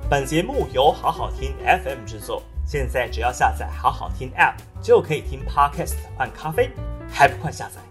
本节目由好好听 FM 制作，现在只要下载好好听 App 就可以听 Podcast 换咖啡，还不快下载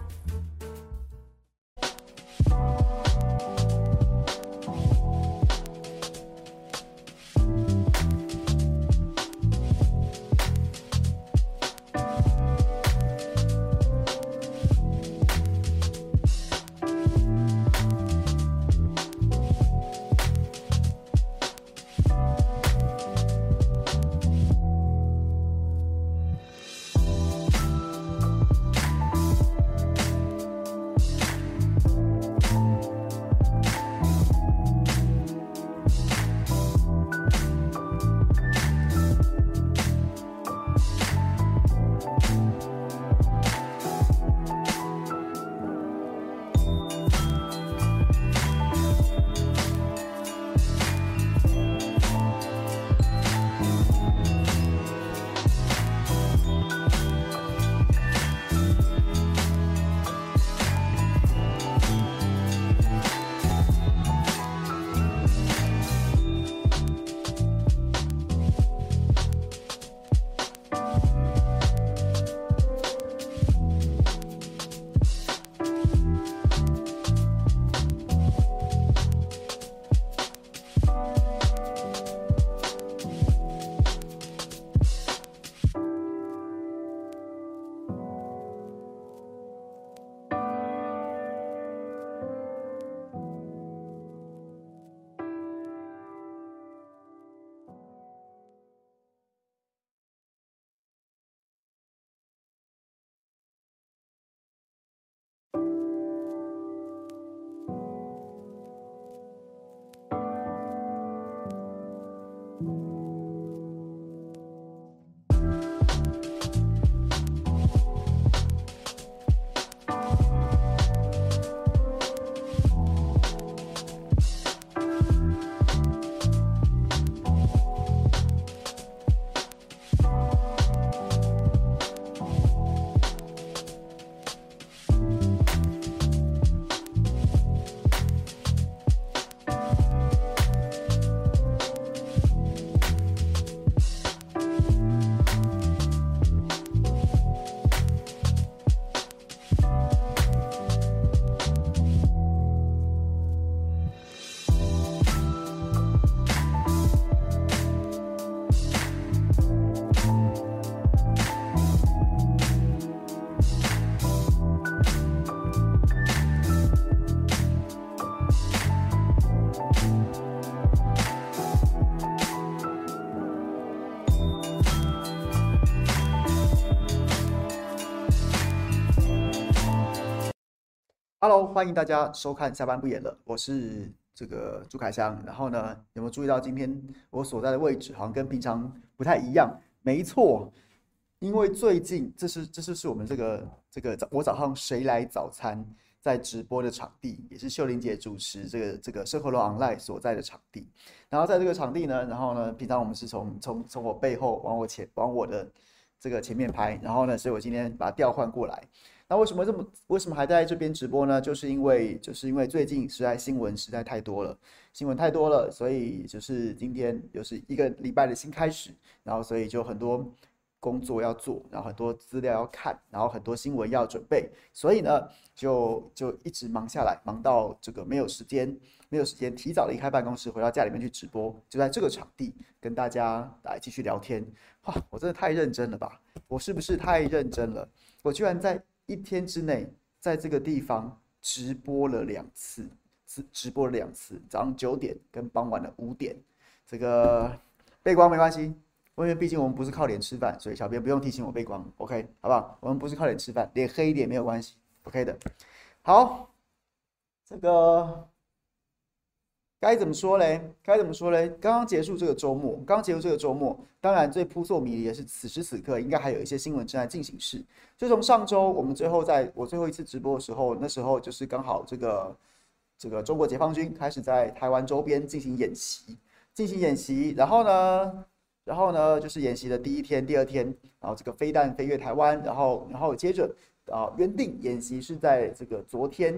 Hello， 欢迎大家收看下班不演了，我是这个朱凯翔。然后呢，有没有注意到今天我所在的位置好像跟平常不太一样？没错，因为最近这是我们这个我早上谁来早餐在直播的场地，也是秀玲姐主持这个生活楼 online 所在的场地。然后在这个场地呢，然后呢，平常我们是从我背后往我的这个前面拍，然后呢，所以我今天把它调换过来。那为什么还在这边直播呢？就是因为最近新闻实在太多了，所以就是今天又是一个礼拜的新开始，然后所以就很多工作要做，然后很多资料要看，然后很多新闻要准备，所以呢就一直忙下来，忙到这个没有时间提早离开办公室回到家里面去直播，就在这个场地跟大家来继续聊天。哇，我真的太认真了吧？我是不是太认真了？我居然在一天之内，在这个地方直播了2次，早上9点跟傍晚的5点。这个背光没关系，因为毕竟我们不是靠脸吃饭，所以小编不用提醒我背光 ，OK， 好不好？我们不是靠脸吃饭，脸黑一点没有关系 ，OK 的。好，这个该怎么说嘞？刚刚结束这个周末，当然最扑朔迷离的是此时此刻应该还有一些新闻正在进行式。就从上周我们我最后一次直播的时候，那时候就是刚好这个中国解放军开始在台湾周边进行演习，然后呢就是演习的第一天、第二天，然后这个飞弹飞越台湾，然后接着原定演习是在这个昨天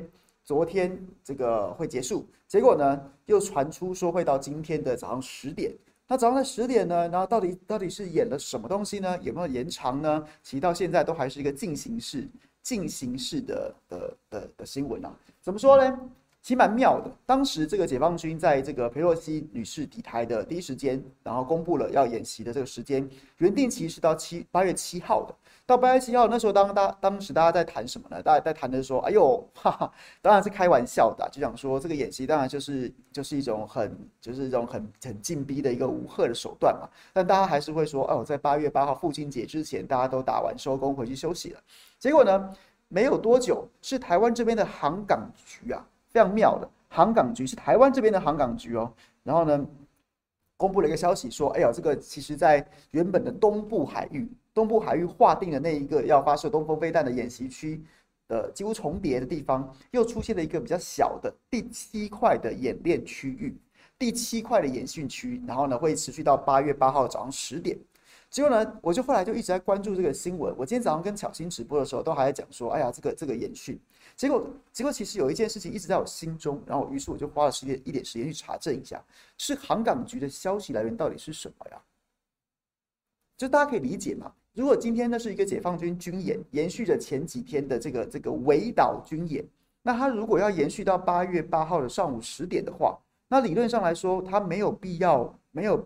昨天这个会结束，结果呢又传出说会到今天的早上10点。那早上的10点呢，然后到底是演了什么东西呢？有没有延长呢？其实到现在都还是一个进行式的新闻啊。怎么说呢？其实蛮妙的。当时这个解放军在这个裴洛西女士抵台的第一时间，然后公布了要演习的这个时间，原定期是到8月7号的。到8月7号那时候，当时大家在谈什么呢？大家在谈的说，哎呦，哈哈，当然是开玩笑的，就讲说这个演习当然就是一种很禁逼的一个武吓的手段嘛。但大家还是会说，哦，在8月8号父亲节之前，大家都打完收工回去休息了。结果呢，没有多久，是台湾这边的航港局啊。非常妙的，航港局是台湾这边的航港局哦。然后呢，公布了一个消息说，哎呀，这个其实在原本的东部海域划定的那一个要发射东风飞弹的演习区的几乎重叠的地方，又出现了一个比较小的第7块的演练区域，第7块的演训区，然后呢会持续到8月8号早上10点。结果呢，我就后来就一直在关注这个新闻。我今天早上跟巧心直播的时候，都还在讲说，哎呀，这个演训。结果其实有一件事情一直在我心中，然后于是我就花了一点时间去查证一下，是航港局的消息来源到底是什么呀？就大家可以理解嘛。如果今天那是一个解放军军演，延续着前几天的这个围岛军演，那他如果要延续到8月8号的上午10点的话，那理论上来说，他没有必要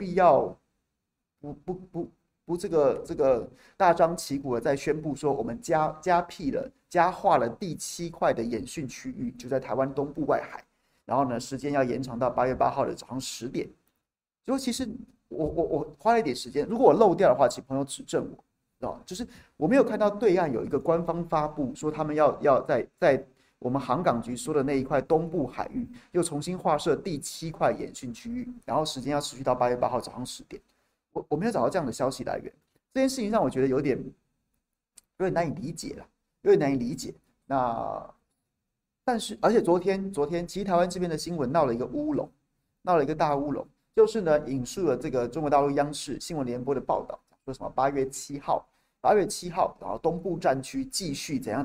不这个大张旗鼓的在宣布说我们加划了第7块的演训区域，就在台湾东部外海，然后呢时间要延长到8月8号的早上10点。所以其实我花了一点时间，如果我漏掉的话，请朋友指正我，就是我没有看到对岸有一个官方发布说他们要在我们航港局说的那一块东部海域又重新划设第7块演训区域，然后时间要持续到8月8号早上10点。我没有找到这样的消息来源，这件事情让我觉得有点难以理解了，有点难以理解。那但是而且昨天其实台湾这边的新闻闹了一个乌龙，闹了一个大乌龙，就是呢引述了这个中国大陆央视新闻联播的报道，说什么8月7号，然后东部战区继续怎样，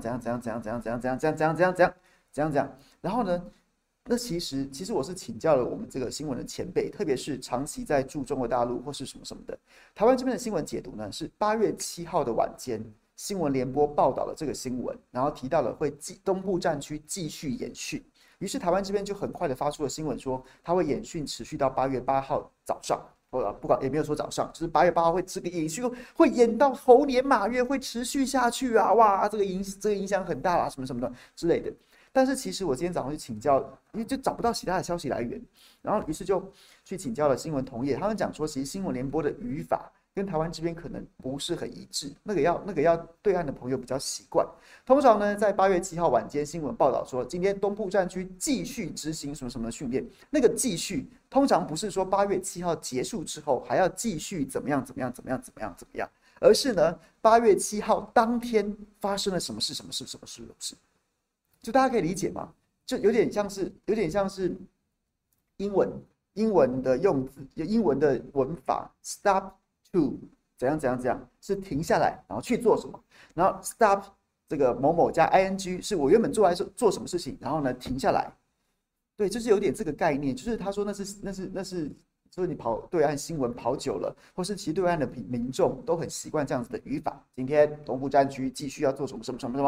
然后呢？那其实我是请教了我们这个新闻的前辈，特别是长期在驻中国大陆或是什么的。台湾这边的新闻解读呢，是8月7号的晚间，新闻联播报道了这个新闻，然后提到了会东部战区继续演训。于是台湾这边就很快的发出了新闻说，它会演训持续到8月8号早上，不管也没有说早上，就是8月8号会这个演训会演到猴年马月，会持续下去啊！哇，这个影响很大啊，什么的之类的。但是其实我今天早上去请教，因为就找不到其他的消息来源，然后于是就去请教了新闻同业，他们讲说，其实新闻联播的语法跟台湾这边可能不是很一致，那个要对岸的朋友比较习惯。通常呢，在8月7号晚间新闻报道说，今天东部战区继续执行什么的训练，那个继续通常不是说8月7号结束之后还要继续怎么样，而是呢8月7号当天发生了什么事。就大家可以理解吗？就有点像是英文的用字，英文的文法 stop to 怎样是停下来，然后去做什么，然后 stop 这个某某加 ing 是我原本做什么事情，然后呢停下来。对，就是有点这个概念，就是他说那是。就是你跑对岸新闻跑久了，或是其实对岸的民众都很习惯这样子的语法。今天东部战区继续要做什么，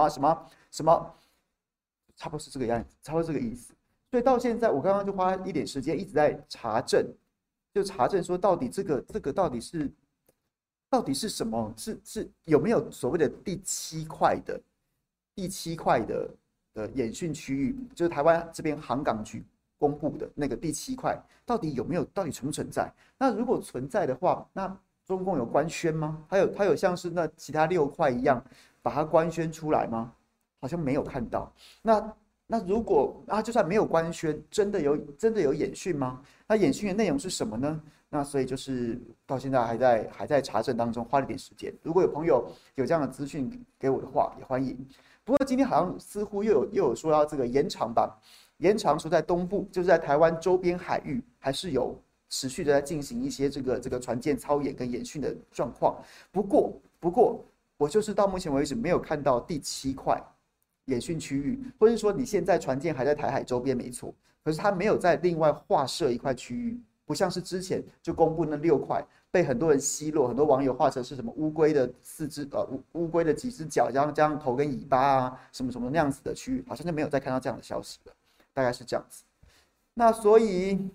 差不多是这个样子，差不多这个意思。所以到现在，我刚刚就花一点时间一直在查证，就查证说到底这个到底是什么？是有没有所谓的第7块的演训区域，就是台湾这边航港局公布的那个第7块，到底存不存在？那如果存在的话，那中共有官宣吗？它有像是那其他6块一样把它官宣出来吗？好像没有看到。那如果就算没有官宣，真的有演训吗？那演训的内容是什么呢？那所以就是到现在还在查证当中，花了一点时间。如果有朋友有这样的资讯给我的话，也欢迎。不过今天好像似乎又有说要这个延长吧。延长说在东部，就是在台湾周边海域，还是有持续的在进行一些这个船舰操演跟演训的状况。不过，我就是到目前为止没有看到第7块演训区域，或者是说你现在船舰还在台海周边没错，可是它没有在另外划设一块区域，不像是之前就公布那6块，被很多人奚落，很多网友画成是什么乌龟的乌龟的几只脚，这样头跟尾巴啊，什么什么那样子的区域，好像就没有再看到这样的消息了，大概是这样子。那所以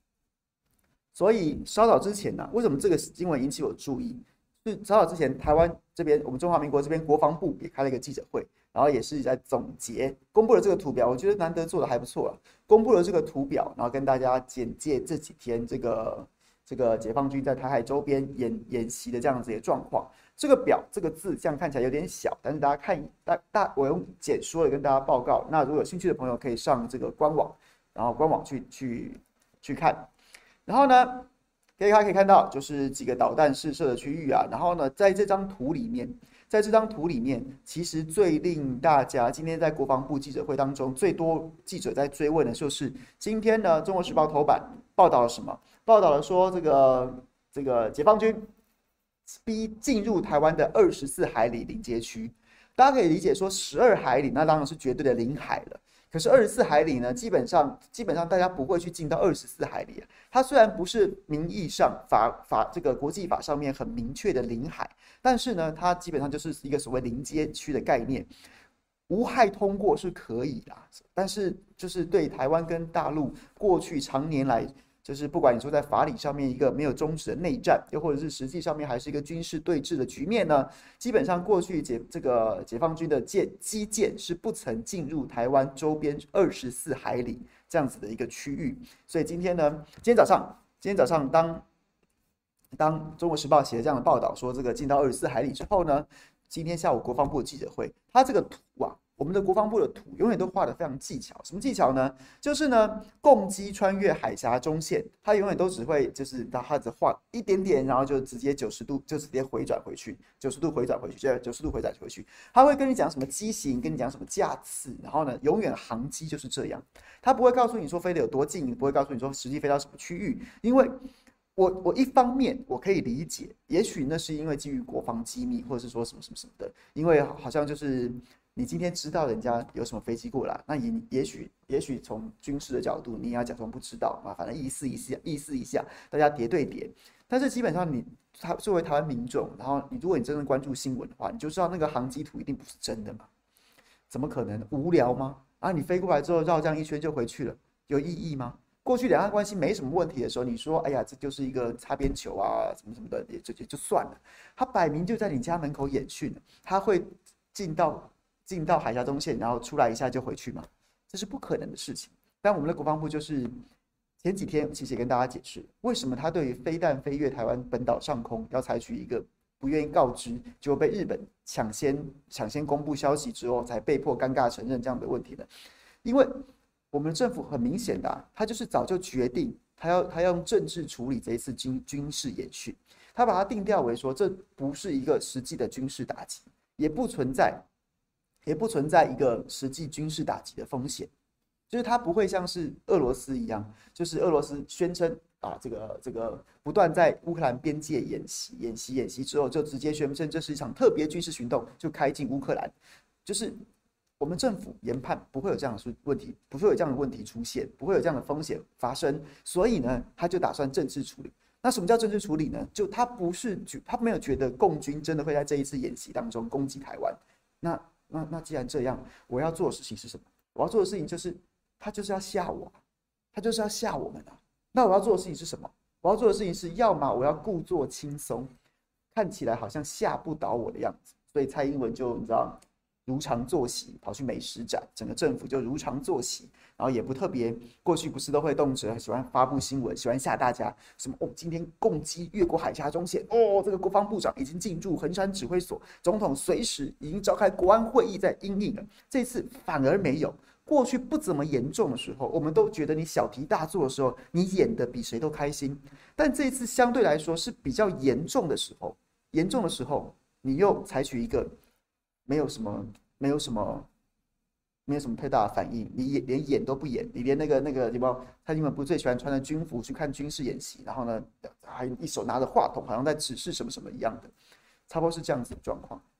稍早之前呢、为什么这个新闻引起我注意？是稍早之前，台湾这边，我们中华民国这边国防部也开了一个记者会，然后也是在总结，公布了这个图表，我觉得难得做的还不错了。公布了这个图表，然后跟大家简介这几天这个解放军在台海周边演习的这样子的状况。这个表这个字这样看起来有点小，但是大家看我用简说的跟大家报告。那如果有兴趣的朋友可以上这个官网，然后官网去看。然后呢，大家可以看到就是几个导弹试射的区域啊。然后呢，在这张图里面，其实最令大家今天在国防部记者会当中最多记者在追问的就是今天呢，《中国时报》头版报道了什么？报道了说这个解放军逼进入台湾的24海里临街区。大家可以理解说12海里那当然是绝对的领海了。可是24海里呢，基本上大家不会去进到24海里。它虽然不是名义上这个国际法上面很明确的领海，但是呢，它基本上就是一个所谓临街区的概念。无害通过是可以啦，但是就是对台湾跟大陆过去常年来，就是不管你说在法理上面一个没有终止的内战，又或者是实际上面还是一个军事对峙的局面呢，基本上过去解放军的基建是不曾进入台湾周边24海里这样子的一个区域。所以今天早上当中国时报写了这样的报道说这个进到24海里之后呢，今天下午国防部的记者会，他这个图啊，我们的国防部的图永远都画得非常技巧。什么技巧呢？就是呢，共机穿越海峡中线，它永远都只会就是它只画一点点，然后就直接90度就直接回转回去，90度回转回去。他会跟你讲什么机型，跟你讲什么架次，然后呢，永远航机就是这样，他不会告诉你说飞得有多近，不会告诉你说实际飞到什么区域，因为我一方面我可以理解，也许那是因为基于国防机密，或者是说什么的，因为好像就是你今天知道人家有什么飞机过来，那也许从军事的角度，你也要假装不知道嘛，反正意思一下，大家叠对叠。但是基本上作为台湾民众，然后如果你真的关注新闻的话，你就知道那个航机图一定不是真的嘛，怎么可能？无聊吗？啊，你飞过来之后绕这样一圈就回去了，有意义吗？过去两岸关系没什么问题的时候，你说哎呀，这就是一个擦边球啊，什么的，也就算了。他摆明就在你家门口演训，他会进到海峡中线，然后出来一下就回去吗？这是不可能的事情。但我们的国防部就是前几天其实也跟大家解释，为什么他对于飞弹飞越台湾本岛上空要采取一个不愿意告知，就被日本抢先公布消息之后，才被迫尴尬承认这样的问题呢？因为我们的政府很明显的他就是早就决定，他要用政治处理这一次军事演训，他把它定调为说，这不是一个实际的军事打击，也不存在一个实际军事打击的风险，就是它不会像是俄罗斯一样，就是俄罗斯宣称啊，这个不断在乌克兰边界演习之后，就直接宣称这是一场特别军事行动，就开进乌克兰，就是我们政府研判不会有这样的问题，不会有这样的问题出现，不会有这样的风险发生，所以呢，他就打算政治处理。那什么叫政治处理呢？就他没有觉得共军真的会在这一次演习当中攻击台湾。那既然这样，我要做的事情是什么？我要做的事情就是他就是要吓我，他就是要吓我们啊。那我要做的事情是什么？我要做的事情是，要么我要故作轻松，看起来好像吓不倒我的样子，所以蔡英文就你知道。如常作息，跑去美食展，整个政府就如常作息，然后也不特别。过去不是都会动辄喜欢发布新闻，喜欢吓大家什么今天共机越过海峡中线，这个国防部长已经进驻衡山指挥所，总统随时已经召开国安会议在因应了。这次反而没有。过去不怎么严重的时候，我们都觉得你小题大做的时候，你演的比谁都开心。但这一次相对来说是比较严重的时候，你又采取一个。没有什么太大的反应，你连演都不演，你连那个你知道，蔡英文不是最喜欢穿着军服去看军事演习，然后呢还一手拿着话筒，好像在指示什么什么一样的，差不多是这样子的状况。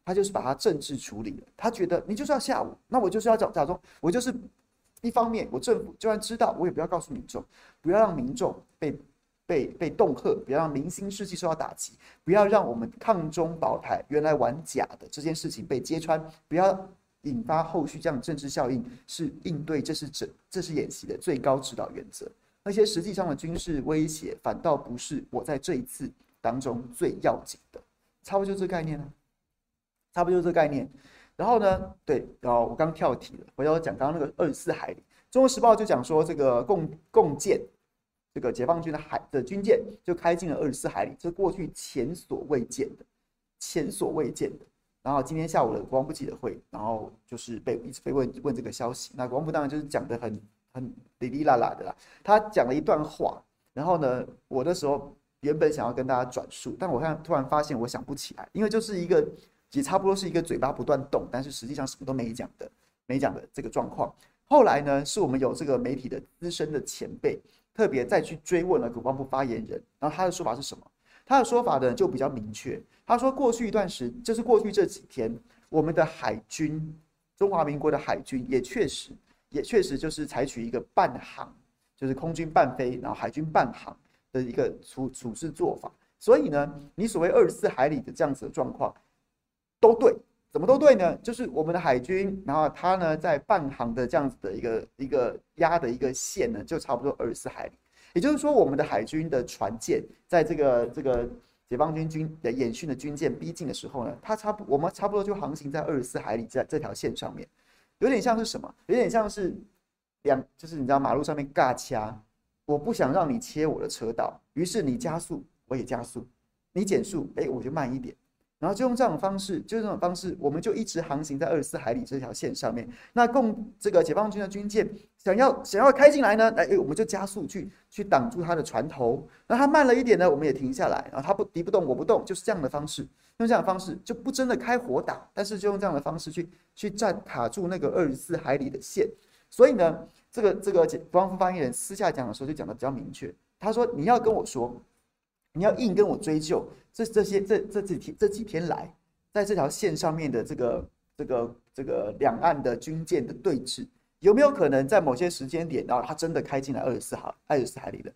他就是把它政治处理了。他觉得你就是要吓我，那我就是要假装，我就是一方面，我政府就算知道，我也不要告诉民众，不要让民众被恫吓，不要让民心士气受到打击，不要让我们抗中保台原来玩假的这件事情被揭穿，不要引发后续这样的政治效应，是应对这是演习的最高指导原则。那些实际上的军事威胁，反倒不是我在这一次当中最要紧的，差不多就这个概念呢，差不多就这个概念。然后呢，对，我刚跳题了，回头讲刚刚那个24海里，《中国时报》就讲说这个共建。这个解放军的军舰就开进了24海里，这是过去前所未见的，前所未见的。然后今天下午的国防部记者会，然后就是一直被问这个消息。那国防部当然就是讲的很哩哩啦啦的啦。他讲了一段话，然后呢，我那时候原本想要跟大家转述，但我突然发现我想不起来，因为就是一个也差不多是一个嘴巴不断动，但是实际上什么都没讲的这个状况。后来呢，是我们有这个媒体的资深的前辈。特别再去追问了国防部发言人，然后他的说法是什么？他的说法呢就比较明确。他说，过去这几天，我们的海军，中华民国的海军也确实就是采取一个半航，就是空军半飞，然后海军半航的一个处置做法。所以呢，你所谓24海里的这样子的状况，都对。怎么都对呢？就是我们的海军，然后它呢在半航的这样子的一个压的一个线呢，就差不多24海里。也就是说，我们的海军的船舰在这个解放军的演训的军舰逼近的时候呢，我们差不多就航行在24海里这条线上面，有点像是什么？有点像是就是你知道马路上面尬掐，我不想让你切我的车道，于是你加速我也加速，你减速我就慢一点。然后就用这种方式，我们就一直航行在24海里这条线上面。那这个解放军的军舰想要开进来呢，我们就加速去挡住它的船头。那它慢了一点呢，我们也停下来。然后它敌不动我不动，就是这样的方式。用这样的方式就不真的开火打，但是就用这样的方式去卡住那个24海里的线。所以呢，这个国防部发言人私下讲的时候就讲的比较明确。他说：“你要跟我说。”你要硬跟我追究这几天来，在这条线上面的这个两岸的军舰的对峙，有没有可能在某些时间点，然后它真的开进来24海里的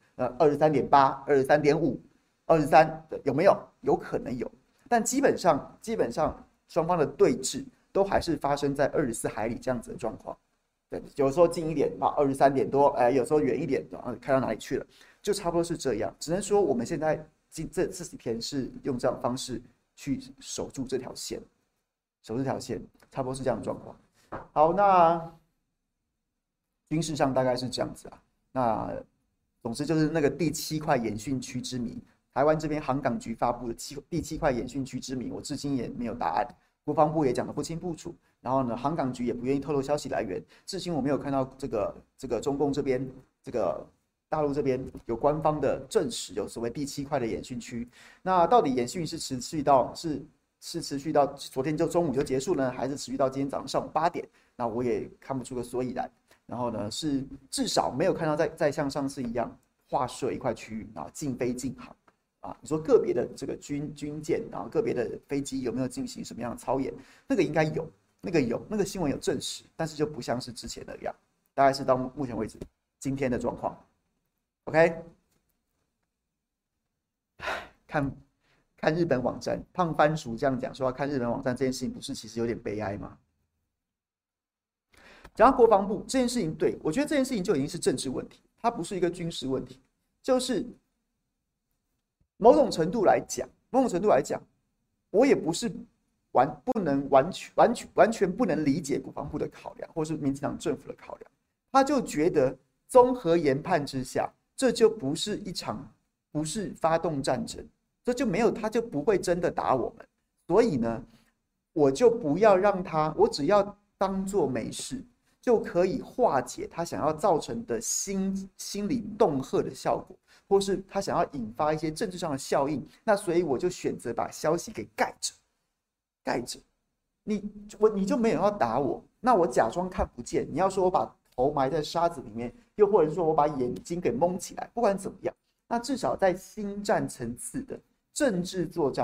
23.8、23.5、23有没有？有可能有，但基本上双方的对峙都还是发生在24海里这样子的状况。对，有时候近一点23点多，有时候远一点，开到哪里去了？就差不多是这样，只能说我们现在这几天是用这样的方式去守住这条线，差不多是这样的状况。好，那军事上大概是这样子啊。那总之就是那个第7块演训区之谜，台湾这边航港局发布的第7块演训区之谜，我至今也没有答案，国防部也讲得不清不楚。然后呢，航港局也不愿意透露消息来源，至今我没有看到这个中共这边大陆这边有官方的证实有所谓第7块的演训区。那到底演训是持续到昨天中午就结束呢，还是持续到今天早上上午8点？那我也看不出个所以然。然后呢，是至少没有看到再像上次一样划设一块区域啊，禁飞禁航啊。你说个别的这个军舰，然后个别的飞机有没有进行什么样的操演？那个应该有，那个新闻有证实，但是就不像是之前那样，大概是到目前为止今天的状况。OK， 看日本网站，胖番薯这样讲说要看日本网站这件事情，不是其实有点悲哀吗？讲到国防部这件事情，对，我觉得这件事情就已经是政治问题，它不是一个军事问题，就是某种程度来讲，我也不是完全不能理解国防部的考量，或是民进党政府的考量，他就觉得综合研判之下。这就不是发动战争，这就没有，他就不会真的打我们。所以呢，我就不要让他，我只要当作没事，就可以化解他想要造成的心理恫吓的效果，或是他想要引发一些政治上的效应。那所以我就选择把消息给盖着。你就没有要打我，那我假装看不见。你要说我把头埋在沙子里面，又或者说我把眼睛给蒙起来，不管怎么样，那至少在心战层次的政治作战，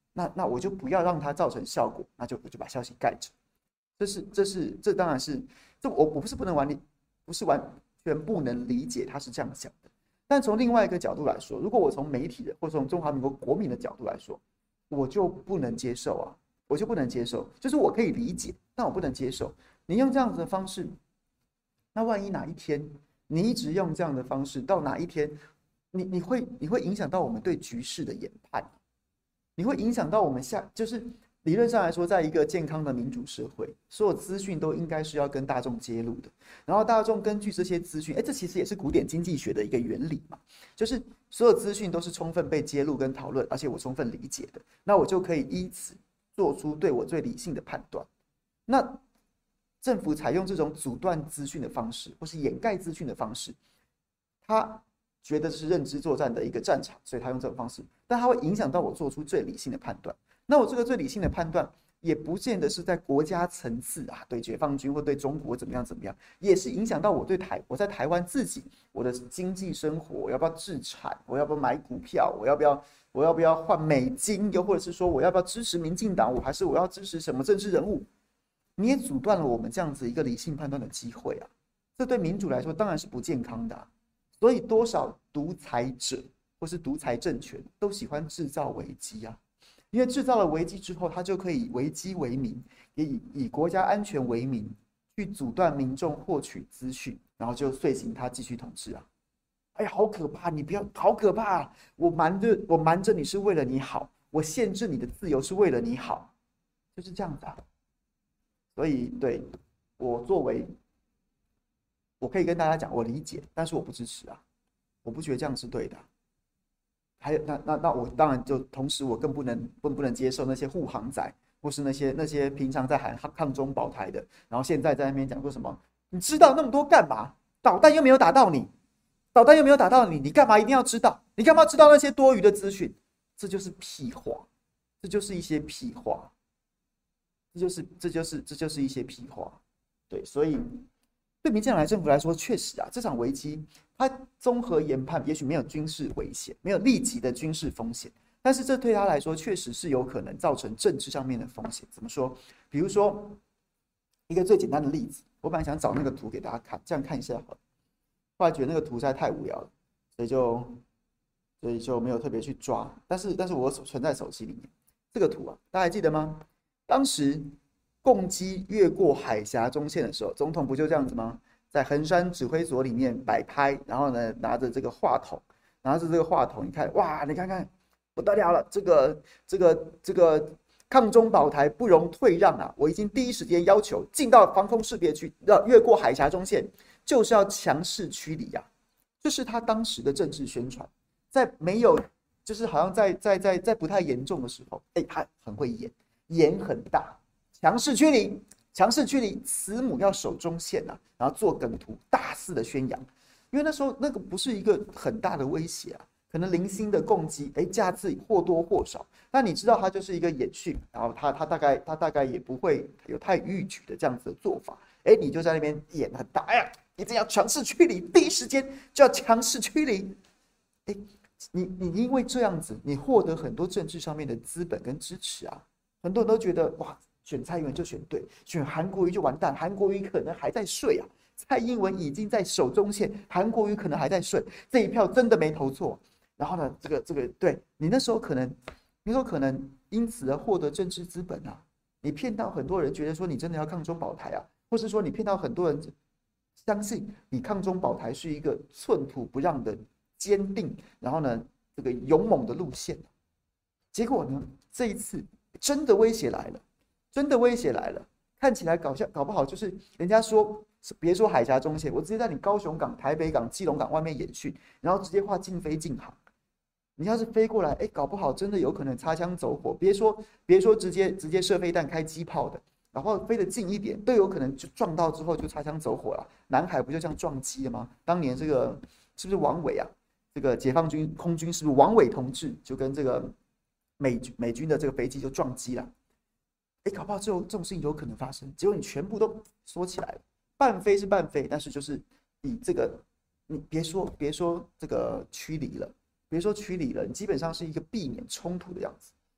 那我就不要让它造成效果，我就把消息盖着。这当然是我不是完全不能理解他是这样想的。但从另外一个角度来说，如果我从媒体的或从中华民国国民的角度来说，我就不能接受啊，我就不能接受，就是我可以理解，但我不能接受你用这样子的方式。那万一哪一天你一直用这样的方式，到哪一天你会影响到我们对局势的研判，你会影响到我们就是理论上来说，在一个健康的民主社会，所有资讯都应该是要跟大众揭露的，然后大众根据这些资讯，这其实也是古典经济学的一个原理嘛，就是所有资讯都是充分被揭露跟讨论，而且我充分理解的，那我就可以依此做出对我最理性的判断。那政府采用这种阻断资讯的方式，或是掩盖资讯的方式，他觉得是认知作战的一个战场，所以他用这种方式，但他会影响到我做出最理性的判断。那我这个最理性的判断，也不见得是在国家层次啊，对解放军或对中国怎么样，也是影响到我在台湾自己我的经济生活，我要不要置产，我要不要买股票，我要不要换美金，又或者是说我要不要支持民进党，还是我要支持什么政治人物？你也阻断了我们这样子一个理性判断的机会啊！这对民主来说当然是不健康的啊。所以多少独裁者或是独裁政权都喜欢制造危机啊。因为制造了危机之后，他就可以危机为名，也以国家安全为名，去阻断民众获取资讯，然后就遂行他继续统治啊！哎呀，好可怕！你不要，好可怕啊！我瞒着你是为了你好，我限制你的自由是为了你好，就是这样子啊！所以，对我作为，我可以跟大家讲，我理解，但是我不支持啊，我不觉得这样是对的啊。还有那我当然就同时我更不能接受那些护航仔，或是那些平常在喊抗中保台的，然后现在在那边讲说什么？你知道那么多干嘛？导弹又没有打到你，你干嘛一定要知道？你干嘛知道那些多余的资讯？这就是屁话，这就是一些屁话，这就是一些屁话。对，所以对民进党政府来说，确实啊，这场危机它综合研判，也许没有军事危险，没有立即的军事风险，但是这对他来说，确实是有可能造成政治上面的风险。怎么说？比如说一个最简单的例子，我本来想找那个图给大家看，这样看一下好了，后来觉得那个图实在太无聊了，所以就没有特别去抓。但是我存在手机里面这个图啊，大家还记得吗？当时共机越过海峡中线的时候，总统不就这样子吗？在衡山指挥所里面摆拍，然后呢拿着这个话筒，你看，哇，你看看不得了了，这个抗中保台不容退让啊！我已经第一时间要求进到防空识别区，要越过海峡中线，就是要强势驱离啊！这是他当时的政治宣传，在没有，就是好像在不太严重的时候，他很会演很大，强势驱离，慈母要守中线啊，然后做梗图，大肆的宣扬。因为那时候那个不是一个很大的威胁啊，可能零星的攻击，架次或多或少。那你知道它就是一个演训，然后他大概也不会有太逾矩的这样子的做法。你就在那边演很大，你这要强势驱离，第一时间就要强势驱离。你因为这样子，你获得很多政治上面的资本跟支持啊。很多人都觉得哇，选蔡英文就选对，选韩国瑜就完蛋，韩国瑜可能还在睡啊。蔡英文已经在守中线，韩国瑜可能还在睡，这一票真的没投错。然后呢，这个，对你那时候可能因此而获得政治资本啊。你骗到很多人觉得说你真的要抗中保台啊，或是说你骗到很多人相信你抗中保台是一个寸土不让的坚定，然后呢这个勇猛的路线。结果呢，这一次真的威胁来了，看起来搞不好就是人家说。别说海峡中线，我直接在你高雄港、台北港、基隆港外面演训，然后直接画禁飞禁航。你要是飞过来，搞不好真的有可能擦枪走火。别说直接射飞弹、开机炮的，然后飞得近一点，都有可能就撞到之后就擦枪走火了。南海不就这样撞击了吗？当年这个是不是王伟啊？这个解放军空军是不是王伟同志就跟这个美军的这个飞机就撞击了？搞不好这种事情有可能发生。结果你全部都缩起来了。半飞是半飞，但是就是以这个，你别说这个驱离了，你基本上是一个避免冲突的样子。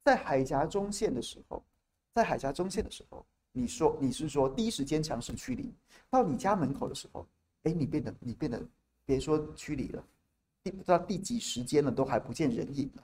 在海峡中线的时候，在海峡中线的时候，你是说第一时间强势驱离，到你家门口的时候，哎，你变得别说驱离了，不知道第几时间了，都还不见人影了。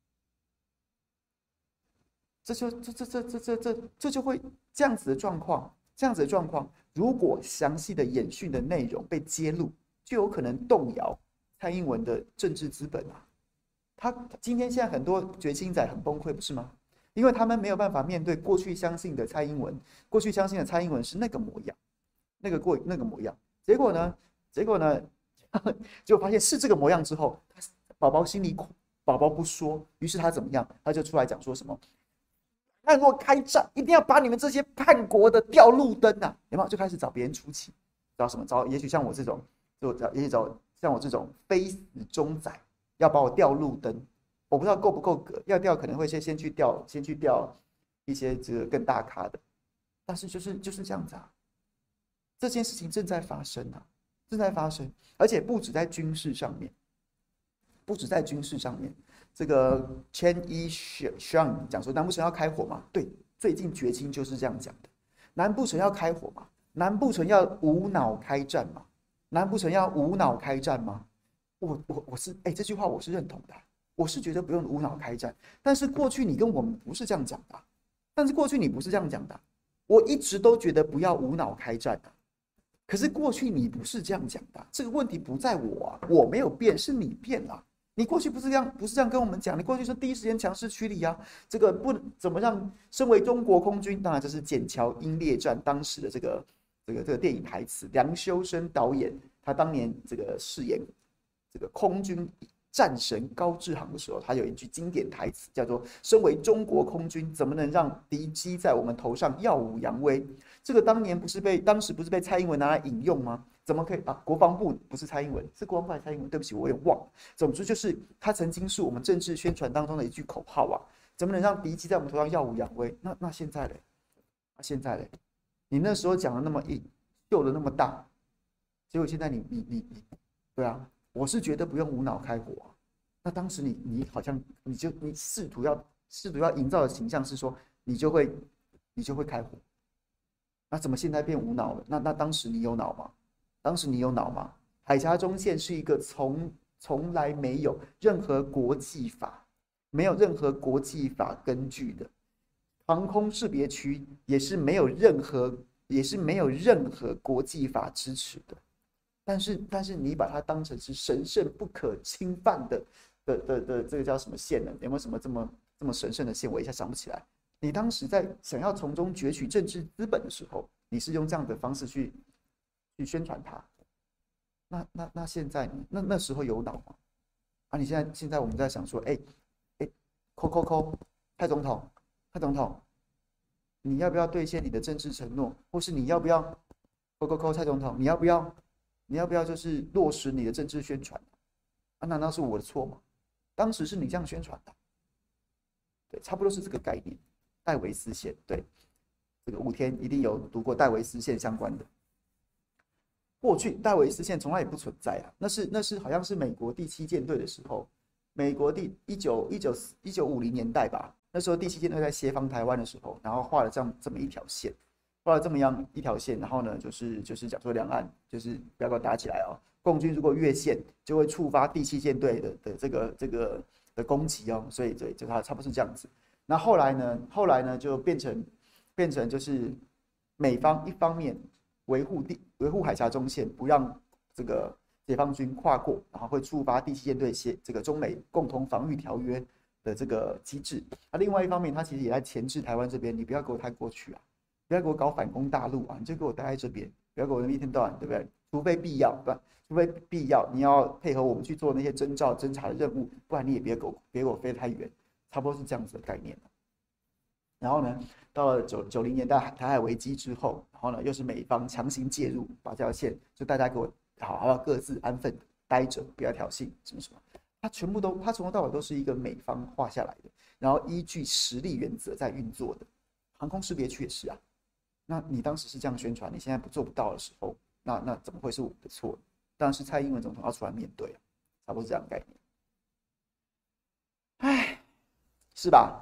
这就会这样子的状况，这样子的状况，如果详细的演训的内容被揭露，就有可能动摇蔡英文的政治资本啊。他今天现在很多觉青仔很崩溃，不是吗？因为他们没有办法面对过去相信的蔡英文，过去相信的蔡英文是那个模样，那个模样。结果呢，就发现是这个模样之后，宝宝心里苦，宝宝不说，于是他怎么样？他就出来讲说什么？那如果开战，一定要把你们这些叛国的掉路灯啊！有没有？就开始找别人出气，找什么？找也许像我这种，也许找像我这种非死忠仔，要把我掉路灯。我不知道够不够格，要掉可能会先去调一些这个更大咖的，但是就是这样子啊。这件事情正在发生啊，正在发生，而且不止在军事上面，不止在军事上面。这个Chen Yishang讲说，难不成要开火吗？对，最近绝清就是这样讲的。难不成要开火吗？难不成要无脑开战吗？难不成要无脑开战吗？我是这句话我是认同的，我是觉得不用无脑开战。但是过去你跟我们不是这样讲的，但是过去你不是这样讲的，我一直都觉得不要无脑开战的。可是过去你不是这样讲的，这个问题不在我啊，我没有变，是你变了。你过去不是这样跟我们讲，你过去是第一时间强势驱离啊，这个不怎么让身为中国空军，当然这是笕桥英烈战当时的这个电影台词，梁修身导演他当年这个饰演这个空军战神高志航的时候，他有一句经典台词叫做“身为中国空军，怎么能让敌机在我们头上耀武扬威？”这个当时不是被蔡英文拿来引用吗？怎么可以啊？国防部不是蔡英文，是国防部还是蔡英文？对不起，我有点忘了。总之就是他曾经是我们政治宣传当中的一句口号啊，怎么能让敌机在我们头上耀武扬威？那现在嘞？现在嘞？你那时候讲的那么硬，秀的那么大，结果现在你，对啊，我是觉得不用无脑开火啊。那当时你好像你试图要营造的形象是说你就会开火，那怎么现在变无脑了？那当时你有脑吗？当时你有脑吗？海峡中线是一个从来没有任何国际法根据的航空识别区，也是没有任何国际法支持的。但是你把它当成是神圣不可侵犯的这个叫什么线呢？有没有什么这么神圣的线？我一下想不起来。你当时在想要从中攫取政治资本的时候，你是用这样的方式去宣传它。那现在那时候有脑吗？啊，你现在我们在想说，扣，蔡总统，你要不要兑现你的政治承诺？或是你要不要扣蔡总统？你要不要就是落实你的政治宣传？啊，难道是我的错吗？当时是你这样宣传的，对，差不多是这个概念。戴维斯线，对，这个5天一定有读过戴维斯线相关的。过去戴维斯线从来也不存在啊，那是好像是美国第7舰队的时候，美国1950年代吧，那时候第7舰队在协防台湾的时候，然后画了这么一条线，然后呢，就是讲说两岸就是不要给我打起来哦，共军如果越线就会触发第7舰队的这个的攻击哦，所以就差不多是这样子。那后来呢就变成就是美方一方面维护海峡中线，不让这个解放军跨过，然后会触发第7舰队这个中美共同防御条约的这个机制。那另外一方面，他其实也在钳制台湾这边，你不要给我太过去啊，不要给我搞反攻大陆啊，你就给我待在这边，不要给我一天到晚，对不对？除非必要，你要配合我们去做那些侦查的任务，不然你也别给我飞得太远。差不多是这样子的概念。然后呢，到了90年代台海危机之后，然后呢又是美方强行介入，把这条线就大家给我好好各自安分待着，不要挑衅什么。它从头到尾都是一个美方画下来的，然后依据实力原则在运作的。航空识别区也是啊，那你当时是这样宣传，你现在做不到的时候，那怎么会是我们的错？当然是蔡英文总统要出来面对差不多是这样的概念。唉，是吧？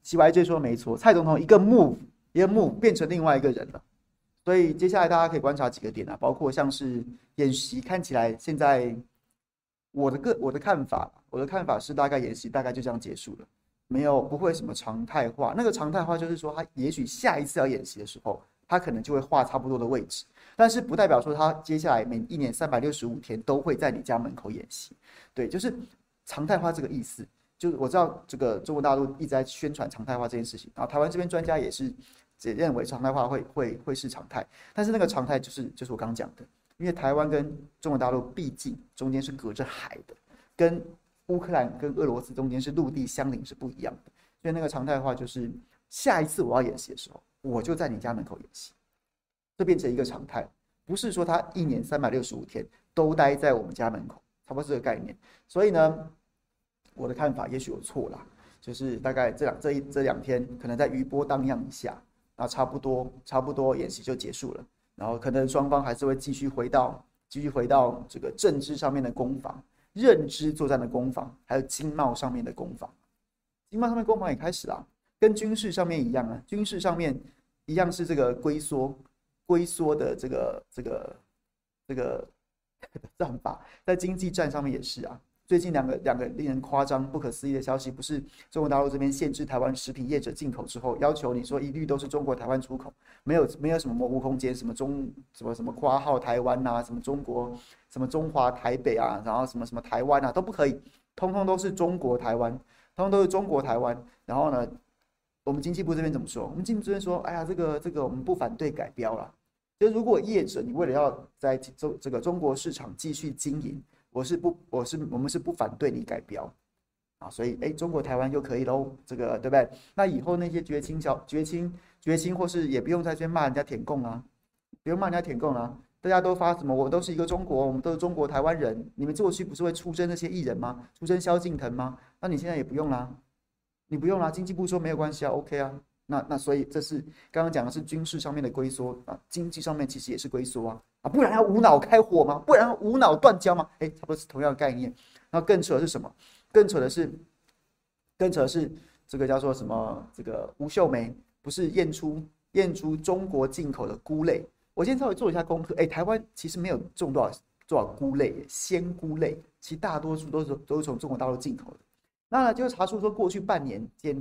习 YJ 说没错，蔡总统一个 move 变成另外一个人了。所以接下来大家可以观察几个点啊，包括像是演习，看起来现在我的看法是大概演习大概就这样结束了，不会什么常态化。那个常态化就是说，他也许下一次要演习的时候，他可能就会画差不多的位置，但是不代表说他接下来每一年365天都会在你家门口演习。对，就是常态化这个意思。就是我知道这个中国大陆一直在宣传常态化这件事情，然后台湾这边专家也认为常态化会是常态，但是那个常态就是我刚刚讲的，因为台湾跟中国大陆毕竟中间是隔着海的，跟乌克兰跟俄罗斯中间是陆地相邻是不一样的，所以那个常态化就是下一次我要演习的时候，我就在你家门口演习，这变成一个常态，不是说他一年365天都待在我们家门口，差不多是这个概念。所以呢，我的看法也许有错啦，就是大概这两天可能在余波荡漾一下，那差不多演习就结束了，然后可能双方还是会继续回到这个政治上面的攻防、认知作战的攻防，还有经贸上面的攻防。经贸上面攻防也开始啦，跟军事上面一样啊，军事上面一样是这个龟缩的这个战法，在经济战上面也是啊。最近两个令人夸张、不可思议的消息，不是中国大陆这边限制台湾食品业者进口之后，要求你说一律都是中国台湾出口，没有什么模糊空间，什么括号台湾啊，什么中华台北啊，然后什么台湾啊都不可以，通通都是中国台湾，通通都是中国台湾。然后呢，我们经济部这边怎么说？我们经济部这边说，哎呀，这个我们不反对改标啦，就如果业者你为了要在这个中国市场继续经营。我们是不反对你改标啊，所以中国台湾就可以喽，这个对不对？那以后那些绝亲，或是也不用在这边骂人家舔共啊，不用骂人家舔共啊，大家都发什么我们都是一个中国，我们都是中国台湾人，你们过去不是会出征那些艺人吗？出征萧敬腾吗？那你现在也不用啦，你不用啦，经济部说没有关系啊 ，OK 啊。那所以这是刚刚讲的是军事上面的龟缩啊，经济上面其实也是龟缩啊，不然要无脑开火吗？不然要无脑断交吗？差不多是同样的概念。然后更扯的是什么？更扯的是这个叫做什么？这个吴秀梅不是验出中国进口的菇类？我先稍微做一下功课，台湾其实没有种多少菇类，鲜菇类，其实大多数都是从中国大陆进口的。那就查出说，过去半年间，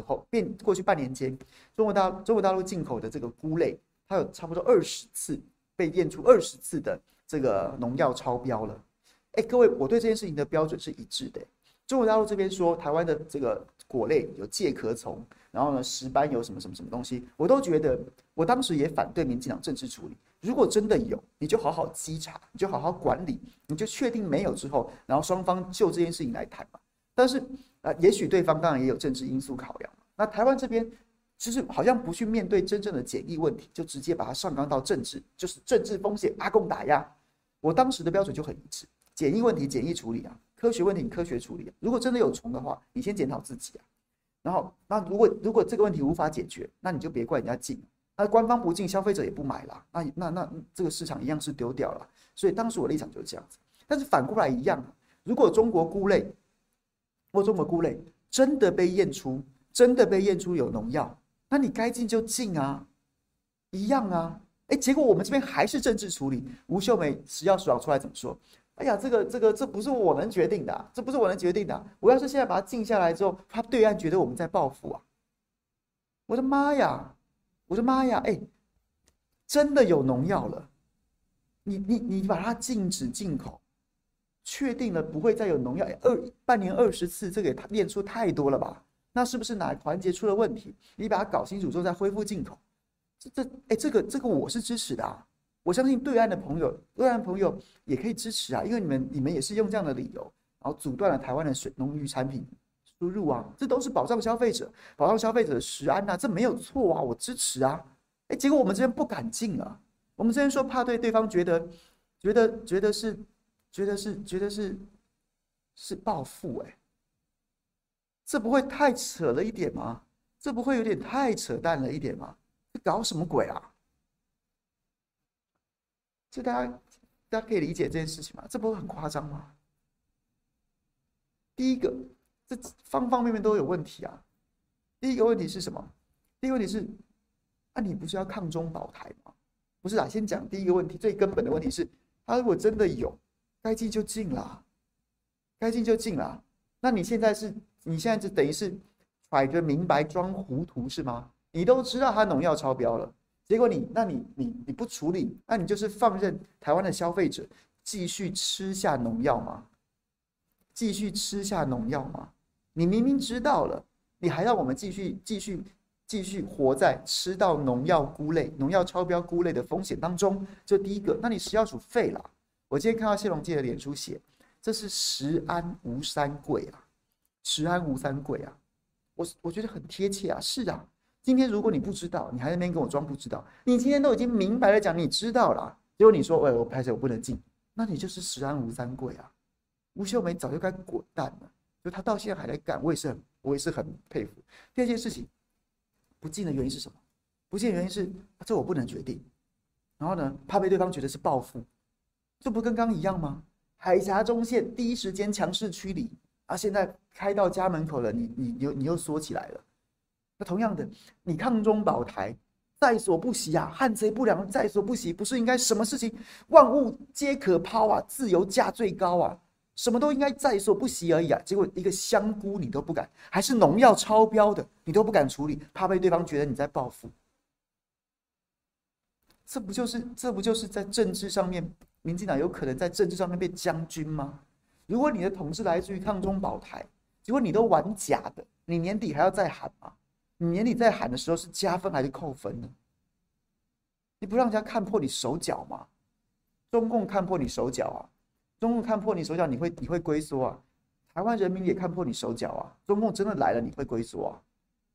中国大陆进口的这个菇类，它有差不多20次被验出20次的这个农药超标了。各位，我对这件事情的标准是一致的。中国大陆这边说台湾的这个果类有介壳虫，然后呢石斑有什么东西，我都觉得，我当时也反对民进党政治处理。如果真的有，你就好好稽查，你就好好管理，你就确定没有之后，然后双方就这件事情来谈嘛。但是也许对方当然也有政治因素考量。那台湾这边就是好像不去面对真正的检疫问题，就直接把它上纲到政治，就是政治风险，阿共打压。我当时的标准就很一致，检疫问题检疫处理啊，科学问题科学处理啊。如果真的有虫的话，你先检讨自己啊。然后那如果这个问题无法解决，那你就别怪人家禁。那官方不禁，消费者也不买啦，那这个市场一样是丢掉了。所以当时我立场就是这样子。但是反过来一样，如果中国菇类真的被验出有农药，那你该禁就禁啊，一样啊。结果我们这边还是政治处理。吴秀梅食药署长出来怎么说？哎呀，这不是我能决定的啊，这不是我能决定的啊。我要是现在把它禁下来之后，他对岸觉得我们在报复啊！我的妈呀！真的有农药了，你把它禁止进口。确定了不会再有农药，半年20次，这个也验出太多了吧？那是不是哪个环节出了问题？你把它搞清楚之后再恢复进口，这个我是支持的啊！我相信对岸的朋友也可以支持啊，因为你们也是用这样的理由，然后阻断了台湾的农渔产品输入啊，这都是保障消费者的食安啊，这没有错啊，我支持啊！结果我们这边不敢进啊，我们这边说怕对方觉得是报复这不会太扯了一点吗？这不会有点太扯淡了一点吗？这搞什么鬼啊？这大家可以理解这件事情吗？这不会很夸张吗？第一个，这方方面面都有问题啊。 第一个问题是什么？第一个问题是，你不是要抗中保台吗？不是啊，先讲第一个问题，最根本的问题是，他如果真的有，该进就进啦，该进就进啦。那你现在就等于是揣着明白装糊涂是吗？你都知道他农药超标了，结果你不处理，那你就是放任台湾的消费者继续吃下农药吗？继续吃下农药吗？你明明知道了，你还让我们继续活在吃到农药菇类、农药超标菇类的风险当中。这第一个，那你食药署废了。我今天看到谢龙介的脸书写，这是食安无三贵啊，食安无三贵啊。我觉得很贴切啊，是啊。今天如果你不知道，你还在那边跟我装不知道，你今天都已经明白了讲你知道了，结果你说，我拍摄我不能进，那你就是食安无三贵啊。吴秀梅早就该滚蛋了，就她到现在还在干，我也是很佩服。第二件事情，不进的原因是什么？不进的原因是这我不能决定，然后呢，怕被对方觉得是报复，这不跟刚刚一样吗？海峡中线第一时间强势驱离啊，现在开到家门口了，你又缩起来了。那同样的，你抗中保台在所不惜啊，汉贼不良在所不惜，不是应该什么事情万物皆可抛啊，自由价最高啊？什么都应该在所不惜而已啊！结果一个香菇你都不敢，还是农药超标的，你都不敢处理，怕被对方觉得你在报复。这不就是在政治上面，民进党有可能在政治上面被将军吗？如果你的统治来自于抗中保台，结果你都玩假的，你年底还要再喊吗？你年底再喊的时候是加分还是扣分呢？你不让人家看破你手脚吗？中共看破你手脚啊！中共看破你手脚，你会龟缩啊！台湾人民也看破你手脚啊！中共真的来了，你会龟缩啊！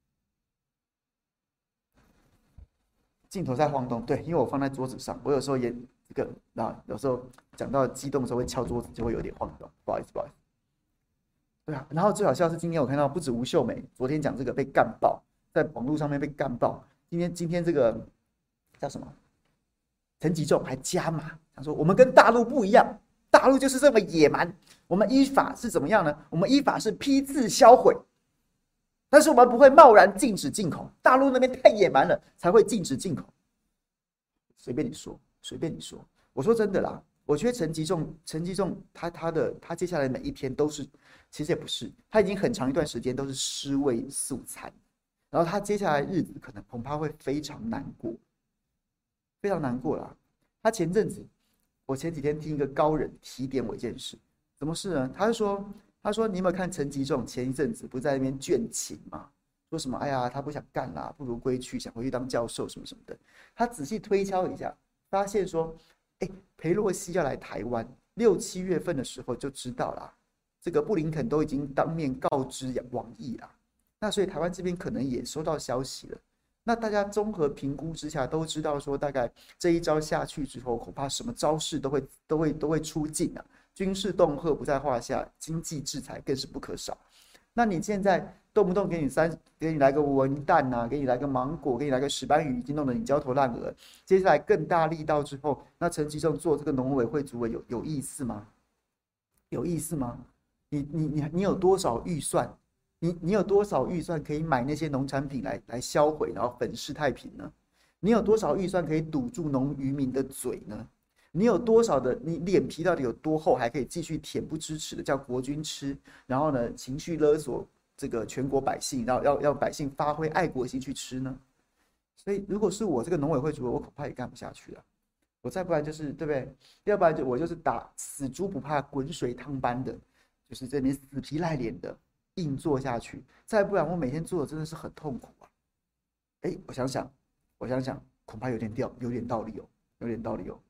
镜头在晃动，对，因为我放在桌子上，我有时候也有时候讲到激动的时候会敲桌子，就会有点晃动，不好意思。对啊，然后最好笑是今天我看到不止吴秀梅，昨天讲这个被干爆，在网络上面被干爆，今天这个叫什么？陈吉仲还加码，他说我们跟大陆不一样。大陆就是这么野蛮，我们依法是怎么样呢？我们依法是批次销毁，但是我们不会贸然禁止进口。大陆那边太野蛮了，才会禁止进口。随便你说。我说真的啦，我觉得陈吉仲他接下来每一天都是，其实也不是，他已经很长一段时间都是尸位素餐，然后他接下来日子恐怕会非常难过，非常难过啦。他前阵子。我前几天听一个高人提点我一件事，什么事呢？他说你有没有看陈吉仲前一阵子不在那边倦勤嘛？说什么哎呀他不想干啦，不如归去，想回去当教授什么什么的。他仔细推敲一下，发现说，裴洛西要来台湾，6、7月份的时候就知道啦。这个布林肯都已经当面告知王毅啦，那所以台湾这边可能也收到消息了。那大家综合评估之下，都知道说，大概这一招下去之后，恐怕什么招式都会出尽啊，军事恫吓不在话下，经济制裁更是不可少。那你现在动不动给你来个文旦啊，给你来个芒果，给你来个石斑鱼，已经弄得你焦头烂额。接下来更大力道之后，那陈吉仲做这个农委会主委有意思吗？有意思吗？你有多少预算？你有多少预算可以买那些农产品来销毁，然后粉饰太平呢？你有多少预算可以堵住农渔民的嘴呢？你有多少的你脸皮到底有多厚，还可以继续恬不知耻的叫国军吃，然后呢情绪勒索这个全国百姓，然后要百姓发挥爱国心去吃呢？所以如果是我这个农委会主委，我恐怕也干不下去了。我再不然就是对不对？要不然我就是打死猪不怕滚水烫般的，就是这边死皮赖脸的。硬做下去，再不然我每天做的真的是很痛苦啊！我想想，恐怕有点道理哦。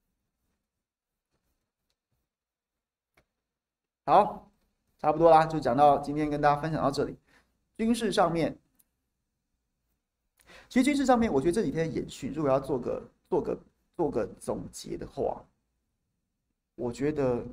好，差不多啦，就讲到今天跟大家分享到这里。军事上面，其实军事上面，我觉得这几天的演训，如果要做个总结的话，我觉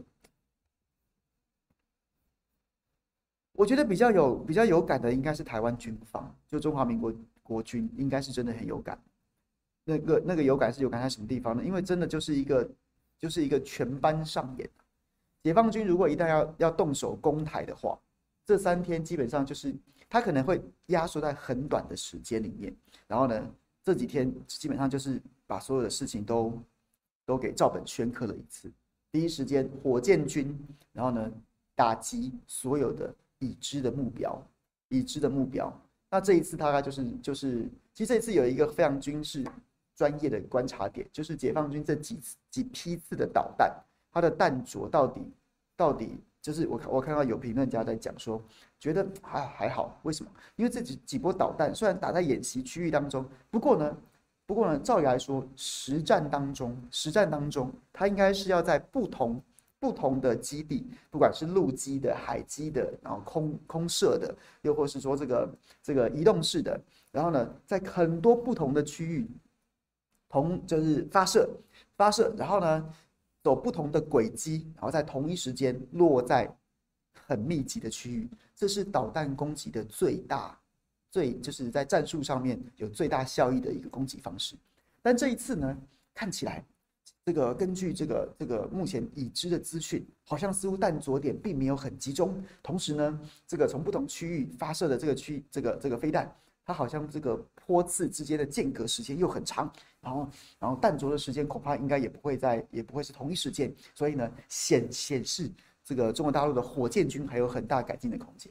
得比较有感的应该是台湾军方，就中华民国国军应该是真的很有感。那个有感是有感在什么地方呢？因为真的就是一个全班上演。解放军如果一旦要动手攻台的话， 这3天基本上就是它可能会压缩在很短的时间里面，然后呢，这几天基本上就是把所有的事情都给照本宣科了一次。第一时间，火箭军，然后呢，打击所有的已知的目标，那这一次大概就是，其实这一次有一个非常军事专业的观察点，就是解放军这几批次的导弹，它的弹着到底就是我看到有评论家在讲说，觉得还好，为什么？因为这几波导弹虽然打在演习区域当中，不过呢，照理来说，实战当中，它应该是要在不同的基地，不管是陆基的、海基的，然后空射的，又或是说这个移动式的，然后呢，在很多不同的区域，就是发射，然后呢，走不同的轨迹，然后在同一时间落在很密集的区域，这是导弹攻击的就是在战术上面有最大效益的一个攻击方式。但这一次呢，看起来根据这个目前已知的资讯，好像似乎弹着点并没有很集中。同时呢，这个从不同区域发射的这个飞弹，它好像这个波次之间的间隔时间又很长，然后弹着的时间恐怕应该也不会是同一时间，所以呢，显示这个中国大陆的火箭军还有很大改进的空间。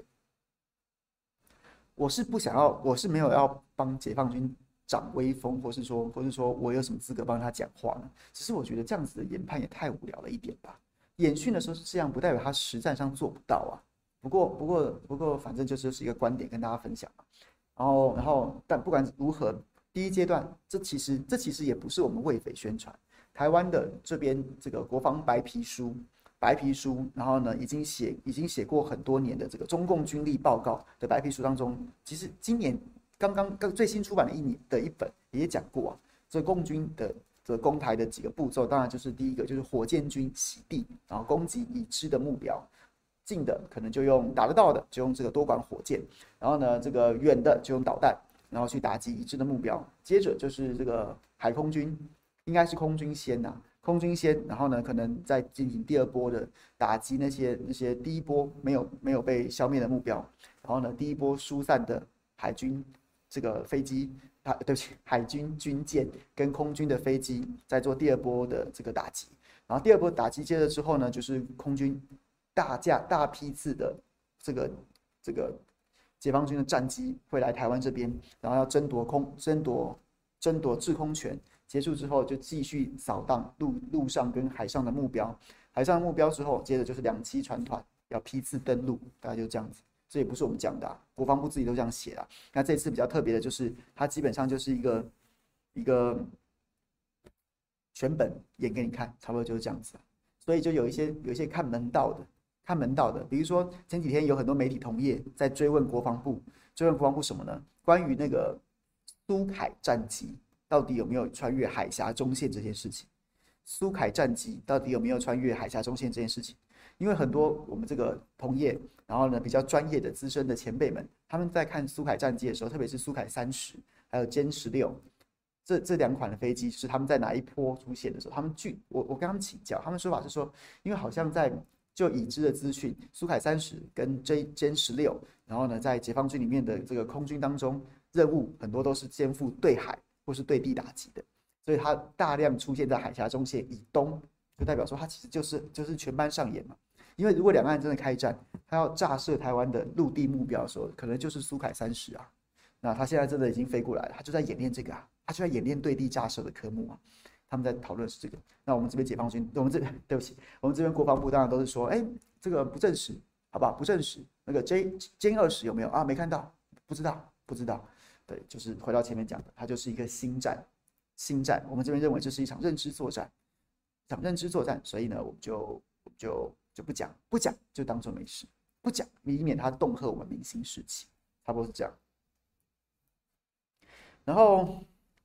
我是没有要帮解放军长威风，或是说我有什么资格帮他讲话呢？只是我觉得这样子的研判也太无聊了一点吧。演训的时候是这样，不代表他实战上做不到啊。不过，反正就是一个观点跟大家分享嘛。然后，但不管如何，第一阶段，这其实也不是我们为匪宣传。台湾的这边这个国防白皮书，然后呢，已经写过很多年的这个中共军力报告的白皮书当中，其实今年刚最新出版的一本也讲过啊，这共军的攻台的几个步骤，当然就是第一个就是火箭军洗地，然后攻击已知的目标，近的可能就用打得到的就用这个多管火箭，然后呢这个远的就用导弹，然后去打击已知的目标，接着就是这个海空军，应该是空军先呐、空军先，然后呢，可能再进行第二波的打击那些第一波没有被消灭的目标，然后呢，第一波疏散的海军这个飞机对不起，海军军舰跟空军的飞机再做第二波的这个打击，然后第二波打击接着之后呢，就是空军大批次的这个解放军的战机会来台湾这边，然后要争夺制空权。结束之后就继续扫荡陆上跟海上的目标，海上的目标之后，接着就是2栖船团要批次登陆，大概就这样子。这也不是我们讲的、国防部自己都这样写的。那这次比较特别的就是，它基本上就是一个全本演给你看，差不多就是这样子。所以就有一些看门道的，比如说前几天有很多媒体同业在追问国防部什么呢？关于那个苏凯战机。到底有没有穿越海峡中线这件事情？苏凯战机到底有没有穿越海峡中线这件事情？因为很多我们这个同业，然后呢比较专业的资深的前辈们，他们在看苏凯战机的时候，特别是苏凯30还有歼16这2款的飞机，是他们在哪一波出现的时候，我跟他们请教，他们说法是说，因为好像在就已知的资讯，苏凯30跟歼16，然后呢在解放军里面的这个空军当中，任务很多都是肩负对海或是对地打击的，所以它大量出现在海峡中线以东，就代表说它其实就是全班上演嘛。因为如果两岸真的开战，它要炸射台湾的陆地目标的时候，可能就是苏凯30啊。那他现在真的已经飞过来了，他就在演练这个啊，他就在演练对地炸射的科目啊。他们在讨论是这个。那我们这边解放军，对不起，我们这边国防部当然都是说，这个不证实，好不好？不证实。那个歼20有没有啊？没看到，不知道。对，就是回到前面讲的，它就是一个新战。我们这边认为这是一场认知作战，所以呢，我们就不讲就当做没事，不讲以免它恫吓我们民心士气，差不多是这样。然后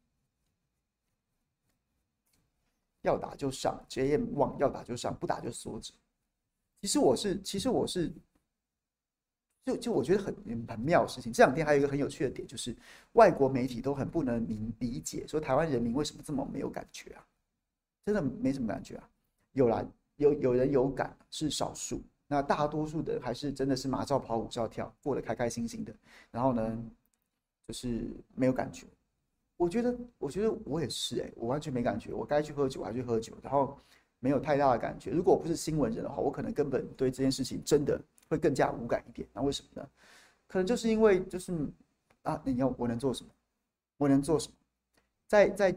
要打就上 ，JM 旺要打就上，不打就缩着。其实我是。就我觉得很妙的事情，这2天还有一个很有趣的点，就是外国媒体都很不能理解，说台湾人民为什么这么没有感觉啊？真的没什么感觉啊。有人有感是少数， 那大多数的人还是真的是马照跑，舞照跳，过得开开心心的。然后呢，就是没有感觉。我觉得我也是我完全没感觉。我该去喝酒还去喝酒，然后没有太大的感觉。如果我不是新闻人的话，我可能根本对这件事情真的会更加无感一点。那为什么呢？可能就是因为我能做什么？我能做什么？在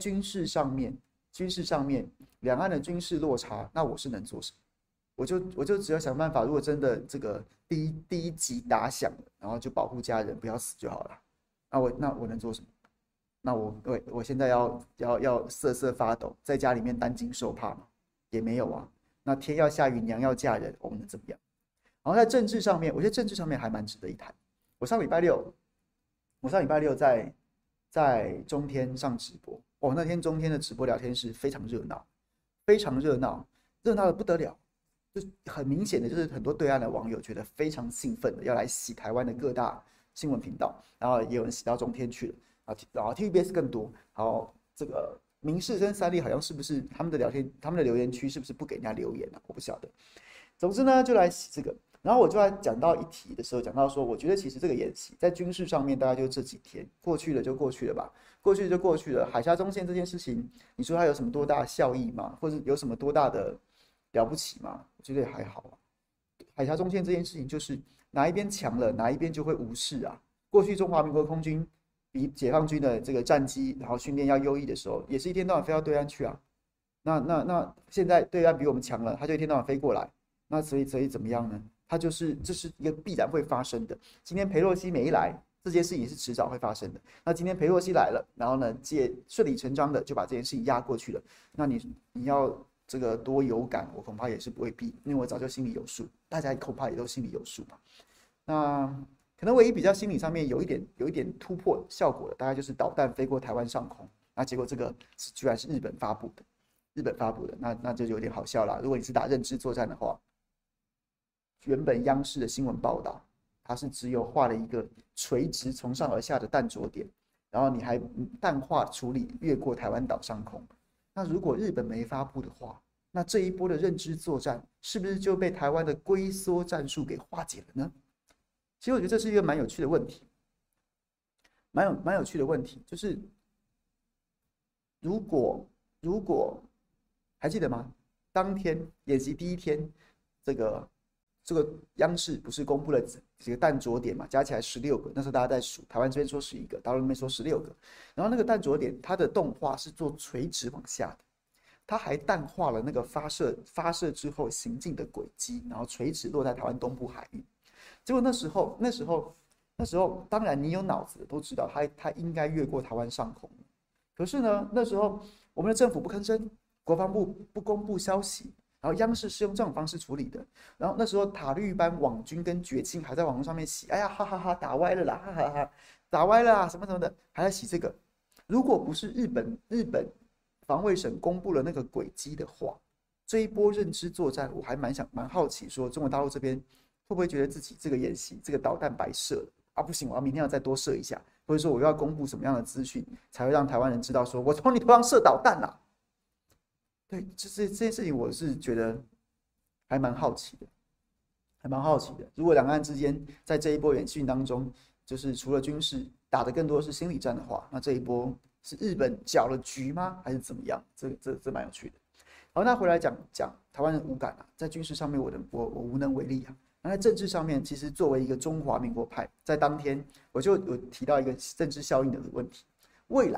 军事上面，两岸的军事落差，那我是能做什么？我就只要想办法，如果真的这个第一集打响了，然后就保护家人不要死就好了。那我能做什么？那我现在要瑟瑟发抖，在家里面担惊受怕吗？也没有啊。那天要下雨，娘要嫁人，我们能怎么样？然后在政治上面，我觉得政治上面还蛮值得一谈。我上礼拜六在中天上直播，那天中天的直播聊天室非常热闹，非常热闹，热闹的不得了。就很明显的就是很多对岸的网友觉得非常兴奋的要来洗台湾的各大新闻频道，然后也有人洗到中天去了，然后 TVBS 更多，然后这个民视跟三立好像是不是他们的留言区是不是不给人家留言啊？我不晓得。总之呢，就来洗这个。然后我就来讲到一题的时候，讲到说，我觉得其实这个演习在军事上面，大概就这几天过去了就过去了吧，过去就过去了。海峡中线这件事情，你说它有什么多大的效益吗？或者有什么多大的了不起吗？我觉得也还好啊。海峡中线这件事情，就是哪一边强了，哪一边就会无视啊。过去中华民国空军比解放军的这个战机，然后训练要优异的时候，也是一天到晚飞到对岸去啊。那现在对岸比我们强了，他就一天到晚飞过来，那所以怎么样呢？这是一个必然会发生的。今天裴洛西没来，这件事情是迟早会发生的。那今天裴洛西来了，然后呢，顺理成章的就把这件事情压过去了。那你要这个多有感，我恐怕也是未必，因为我早就心里有数，大家恐怕也都心里有数嘛。那可能唯一比较心理上面有一点突破效果的，大概就是导弹飞过台湾上空，那结果这个居然是日本发布的，那就有点好笑啦。如果你是打认知作战的话，原本央视的新闻报道，它是只有画了一个垂直从上而下的弹着点，然后你还淡化处理越过台湾岛上空。那如果日本没发布的话，那这一波的认知作战是不是就被台湾的龟缩战术给化解了呢？其实我觉得这是一个蛮有趣的问题，蛮有趣的问题，就是如果还记得吗？当天演习第一天，这个央视不是公布了几个弹着点嘛，加起来16个，那时候大家在数，台湾这边说11个，大陆那边说16个，然后那个弹着点它的动画是做垂直往下的，它还淡化了那个发射之后行进的轨迹，然后垂直落在台湾东部海域。结果那时候，当然你有脑子的都知道它应该越过台湾上空，可是呢，那时候我们的政府不吭声，国防部不公布消息。然后央视是用这种方式处理的，然后那时候塔利班网军跟绝亲还在网络上面洗，哎呀哈哈哈，打歪了啦，哈哈哈，打歪了啊，什么什么的，还在洗这个。如果不是日本防卫省公布了那个轨迹的话，这一波认知作战，我还蛮好奇，说中国大陆这边会不会觉得自己这个演习这个导弹白射了啊？不行，我要明天要再多射一下，或者说我又要公布什么样的资讯，才会让台湾人知道说我从你头上射导弹啦。对，这件事情我是觉得还蛮好奇的，如果两岸之间在这一波演训当中，就是除了军事打的更多是心理战的话，那这一波是日本搅了局吗？还是怎么样？这蛮有趣的。好，那回来讲台湾人无感啊，在军事上面我无能为力啊。那在政治上面，其实作为一个中华民国派，在当天我就有提到一个政治效应的问题，未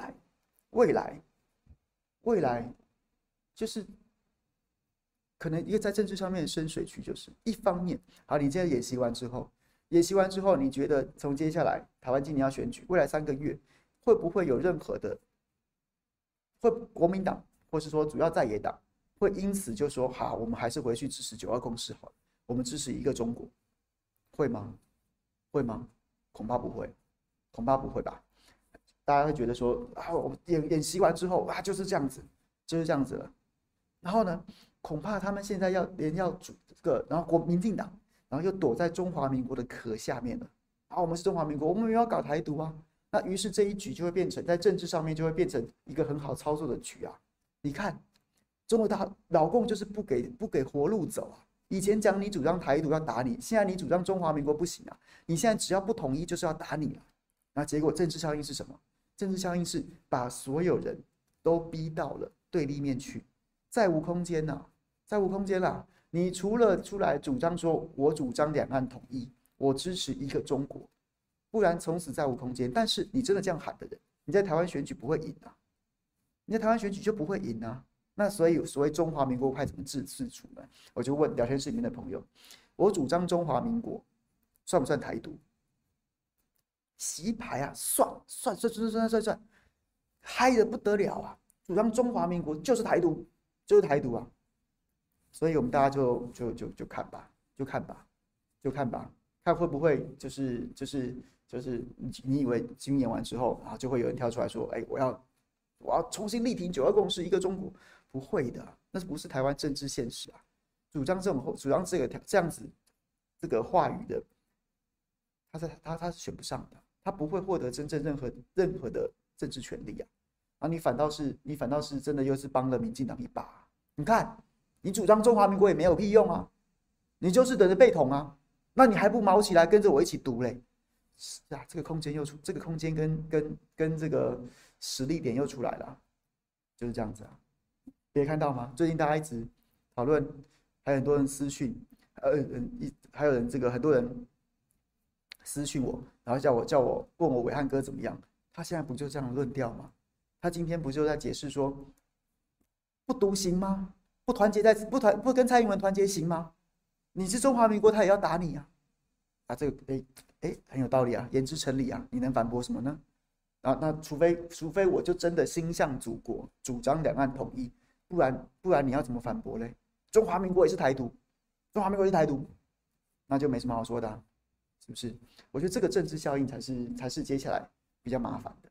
来。就是可能一个在政治上面的深水区，就是一方面，好，你现在演习完之后，你觉得从接下来台湾今年要选举，未来3个月会不会有任何的，国民党或是说主要在野党会因此就说好，我们还是回去支持9·2共识好了，我们支持一个中国，会吗？恐怕不会吧？大家会觉得说啊，我们演习完之后啊，就是这样子了。然后呢，恐怕他们现在要组这个，然后民进党，然后又躲在中华民国的壳下面了。啊，我们是中华民国，我们没有搞台独啊。那于是这一局就会变成在政治上面就会变成一个很好操作的局啊。你看，中国大老共就是不给活路走啊， 以前讲你主张台独要打你，现在你主张中华民国不行啊！你现在只要不统一就是要打你了。那结果政治效应是什么？政治效应是把所有人都逼到了对立面去，再无空间呐、再无空间啦！你除了出来主张说我主张两岸统一，我支持一个中国，不然从此再无空间。但是你真的这样喊的人，你在台湾选举不会赢啊！你在台湾选举就不会赢啊！那所以所谓中华民国派怎么治除呢？我就问聊天室里面的朋友，我主张中华民国算不算台独？洗牌啊，算，嗨的不得了啊！主张中华民国就是台独，就是台独啊！所以我们大家就看吧，看会不会就是你以为军演完之后，然后就会有人跳出来说，哎，我要重新力挺9·2共识，一个中国，不会的，那不是台湾政治现实啊！主张这样子这个话语的，他是选不上的，他不会获得真正任何的政治权利啊！啊，你反倒是真的又是帮了民进党一把啊。你看，你主张中华民国也没有屁用啊，你就是等着被统啊，那你还不毛起来跟着我一起读嘞？是啊，这个空间跟这个实力点又出来了，就是这样子啊。别看到吗？最近大家一直讨论，还有很多人私讯，还有人很多人私讯我，然后叫我问我伟汉哥怎么样？他现在不就这样论调吗？他今天不就在解释说，不独行吗？不团结不跟蔡英文团结行吗？你是中华民国，他也要打你啊！啊，这个很有道理啊，言之成理啊，你能反驳什么呢？啊，那除非我就真的心向祖国，主张两岸统一，不然你要怎么反驳嘞？中华民国也是台独，中华民国也是台独，那就没什么好说的啊，是不是？我觉得这个政治效应才是接下来比较麻烦的。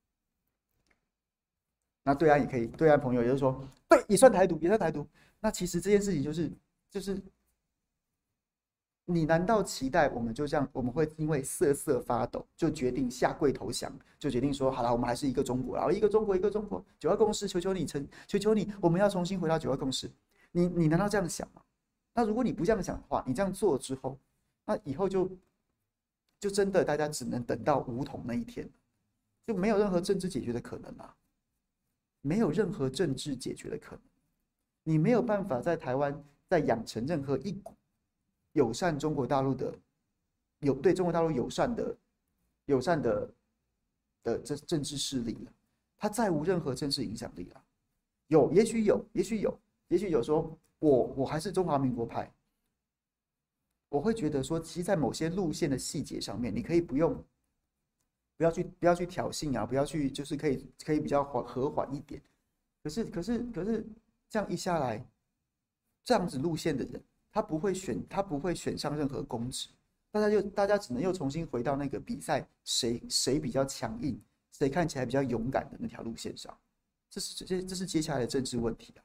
那对岸也可以，对岸朋友也就是说，对，也算台独，也算台独。那其实这件事情就是你难道期待我们就这样，我们会因为瑟瑟发抖就决定下跪投降，就决定说好了，我们还是一个中国，然后一个中国，一个中国，9·2共识，求求你，我们要重新回到9·2共识。你难道这样想吗？那如果你不这样想的话，你这样做之后，那以后就真的大家只能等到武统那一天，就没有任何政治解决的可能啊，没有任何政治解决的可能，你没有办法在台湾再养成任何一股友善中国大陆的对中国大陆友善的这政治势力了，它再无任何政治影响力了。也许有说我还是中华民国派，我会觉得说，其实，在某些路线的细节上面，你可以不要去挑衅啊，不要去就是可以比较和缓一点。可是这样一下来，这样子路线的人，他不会选上任何公职，大家只能又重新回到那个比赛谁比较强硬，谁看起来比较勇敢的那条路线上。这是接下来的政治问题啊，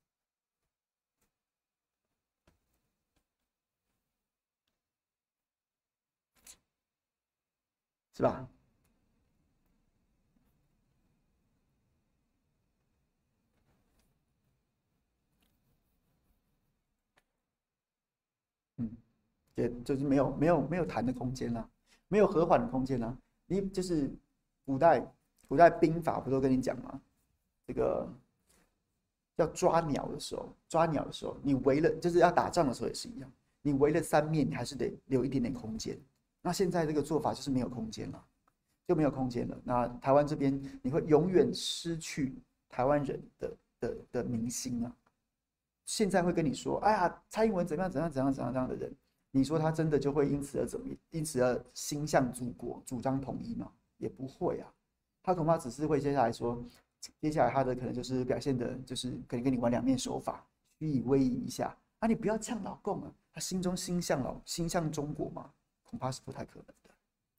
是吧？嗯，也就是没有谈的空间啦，没有和缓的空间啦。你就是古代兵法不都跟你讲吗？这个要抓鸟的时候，你围了就是要打仗的时候也是一样，你围了三面，你还是得留一点点空间。那现在这个做法就是没有空间了，就没有空间了。那台湾这边你会永远失去台湾人的民心啊。现在会跟你说，哎呀，蔡英文怎么样这样的人，你说他真的就会因此而心向祖国，主张统一吗？也不会啊，他恐怕只是会接下来说，接下来他的可能就是表现的，就是可能跟你玩两面手法，虚以威仪一下啊，你不要呛老共啊，他心中心向中国嘛，恐怕是不太可能的。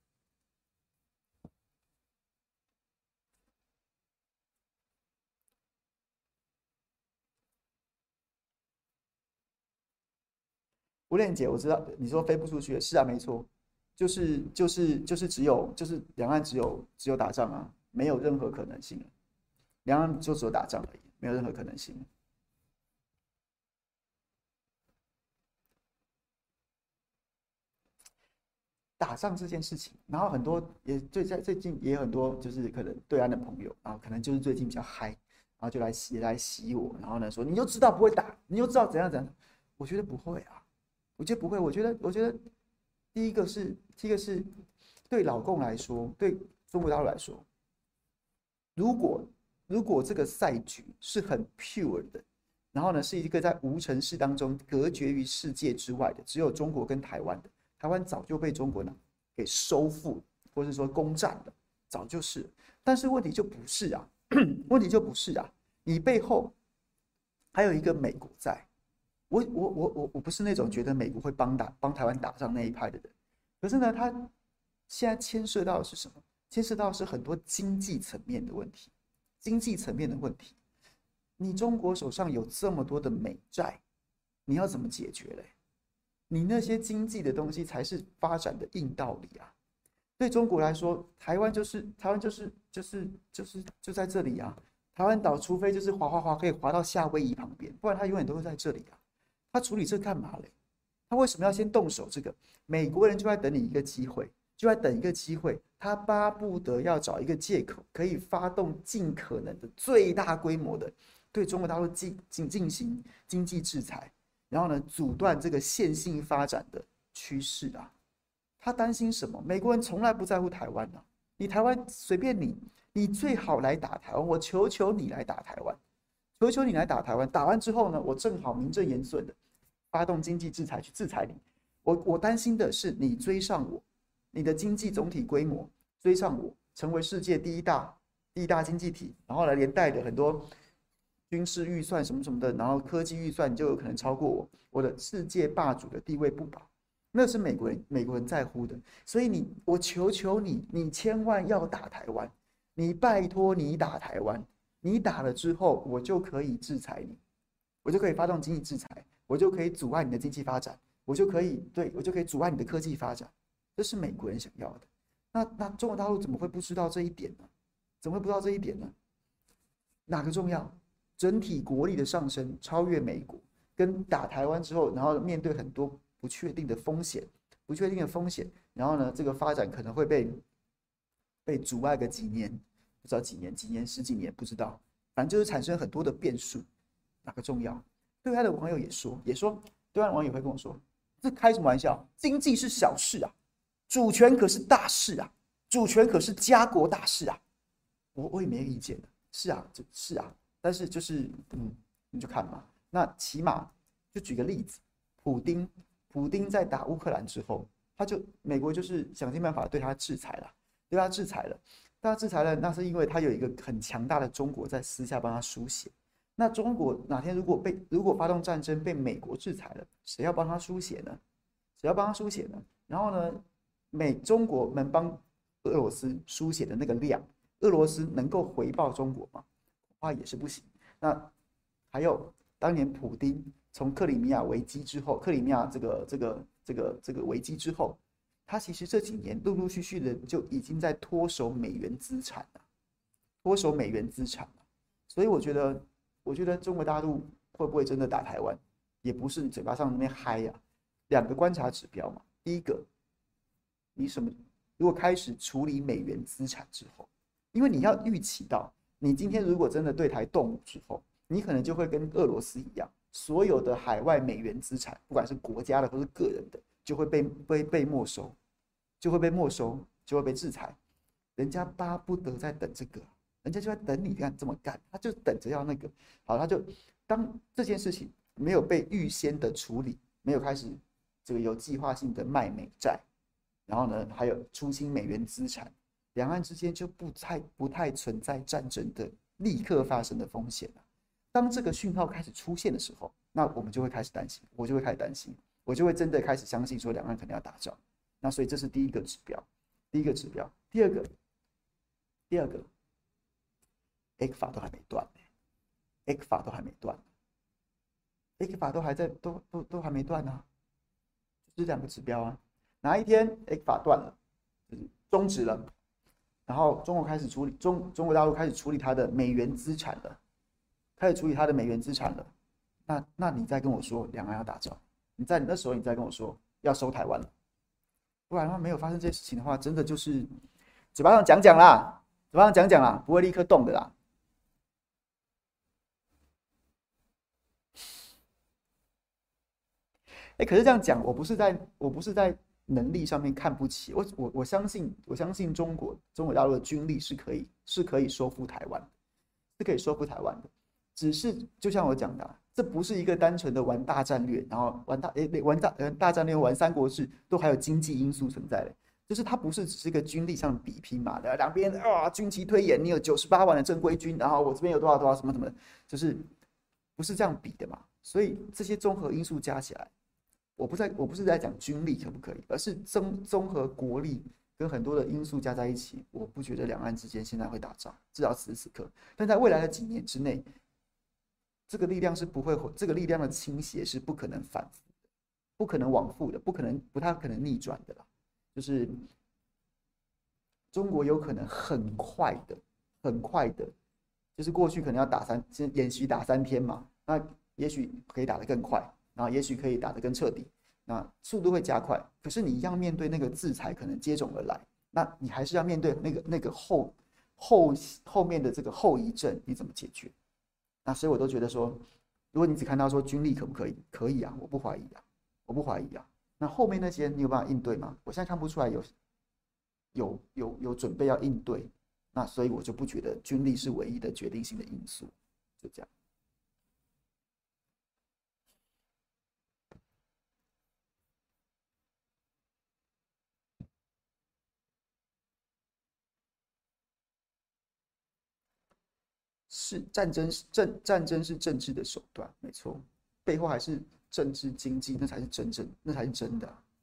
吴恋姐，我知道你说飞不出去，是啊，没错，就是两岸只有打仗啊，没有任何可能性了，两岸就只有打仗而已，没有任何可能性。 打仗这件事情，然后很多也最近也有很多就是可能对岸的朋友，然后可能就是最近比较嗨，然后就来洗我，然后呢说你就知道不会打，你就知道怎样怎样，我觉得不会啊，我觉得不会，我觉得第一个是对老共来说，对中国大陆来说，如果这个赛局是很 pure 的，然后呢是一个在无尘室当中隔绝于世界之外的，只有中国跟台湾的，台湾早就被中国给收复，或是说攻占了，早就是。但是问题就不是啊，问题就不是啊，你背后还有一个美国在。我不是那种觉得美国会帮台湾打仗那一派的人，可是呢，他现在牵涉到的是什么？牵涉到的是很多经济层面的问题，经济层面的问题。你中国手上有这么多的美债，你要怎么解决嘞？你那些经济的东西才是发展的硬道理啊！对中国来说，台湾就在这里啊！台湾岛除非就是滑可以滑到夏威夷旁边，不然它永远都会在这里啊！他处理这干嘛嘞？他为什么要先动手？这个美国人就在等你一个机会，他巴不得要找一个借口，可以发动尽可能的最大规模的对中国大陆进行经济制裁，然后呢，阻断这个线性发展的趋势啊。他担心什么？美国人从来不在乎台湾啊，你台湾随便你最好来打台湾，我求求你来打台湾。求求你来打台湾，打完之后呢，我正好名正言顺的发动经济制裁去制裁你。我担心的是你追上我，你的经济总体规模追上我，成为世界第一大经济体，然后呢，连带的很多军事预算什么什么的，然后科技预算就有可能超过我，我的世界霸主的地位不保，那是美国人在乎的。所以我求求你，你千万要打台湾，你拜托你打台湾。你打了之后，我就可以制裁你，我就可以发动经济制裁，我就可以阻碍你的经济发展，我就可以阻碍你的科技发展，这是美国人想要的。那中国大陆怎么会不知道这一点呢？怎么会不知道这一点呢？哪个重要？整体国力的上升超越美国，跟打台湾之后，然后面对很多不确定的风险，然后呢，这个发展可能会被阻碍个几年。不知道几年、十几年，不知道，反正就是产生很多的变数，哪个重要？对岸的网友也说，对岸的网友会跟我说，这开什么玩笑？经济是小事啊，主权可是大事啊，主权可是家国大事啊。我也没意见的，是啊，但是就是你就看嘛。那起码就举个例子，普丁在打乌克兰之后，美国就是想尽办法对他制裁了。那是因为他有一个很强大的中国在私下帮他输血。那中国哪天如果发动战争被美国制裁了，谁要帮他输血呢？然后呢，中国能帮俄罗斯输血的那个量，俄罗斯能够回报中国吗？恐怕也是不行。那还有当年普丁从克里米亚危机之后，这个危机之后。他其实这几年陆陆续续的就已经在脱手美元资产了，所以我觉得中国大陆会不会真的打台湾，也不是嘴巴上那边嗨呀。两个观察指标嘛，第一个，如果开始处理美元资产之后，因为你要预期到，你今天如果真的对台动武之后，你可能就会跟俄罗斯一样，所有的海外美元资产，不管是国家的或是个人的，就会被没收。就会被制裁。人家巴不得在等这个，人家就在等你这么干，他就等着要那个。好，他就当这件事情没有被预先的处理，没有开始这个有计划性的卖美债，然后呢，还有出清美元资产，两岸之间就不太存在战争的立刻发生的风险了。当这个讯号开始出现的时候，那我们就会开始担心，我就会真的开始相信说两岸可能要打仗。那所以这是第一个指标。第二个 ，ECFA 都还没断，ECFA 都还没断啊，就是两个指标啊。哪一天 ECFA 断了，就是终止了，然后中国大陆开始处理它的美元资产了，那你再跟我说两岸要打仗，那时候你再跟我说要收台湾了。 不然的话没有发生这些事情的话，真的就是嘴巴上讲讲啦，嘴巴上讲讲啦，不会立刻动的啦。可是这样讲，我不是在能力上面看不起我相信中国大陆的军力是可以收复台湾，是可以收复台湾的。只是就像我讲的、这不是一个单纯的玩大战略，然后玩大战略玩三国志，都还有经济因素存在的。就是它不是只是一个军力上的比拼嘛，两边军旗推演，你有98万的正规军，然后我这边有多少什么什么，就是不是这样比的嘛。所以这些综合因素加起来，我不是在讲军力可不可以，而是综合国力跟很多的因素加在一起，我不觉得两岸之间现在会打仗，至少此时此刻。但在未来的几年之内，这个力量是不会，这个力量的倾斜是不可能反复的，不可能往复的，不太可能逆转的啦。就是中国有可能很快的，就是过去可能要演习打3天嘛，那也许可以打得更快，然后也许可以打得更彻底，那速度会加快。可是你一样面对那个制裁可能接踵而来，那你还是要面对那个后面的这个后遗症，你怎么解决？那所以我都觉得说，如果你只看到说军力可不可以，可以啊，我不怀疑啊。那后面那些你有办法应对吗？我现在看不出来有准备要应对，那所以我就不觉得军力是唯一的决定性的因素，就这样。是战争是政治的手段，没错，背后还是政治经济，那才是真的啊。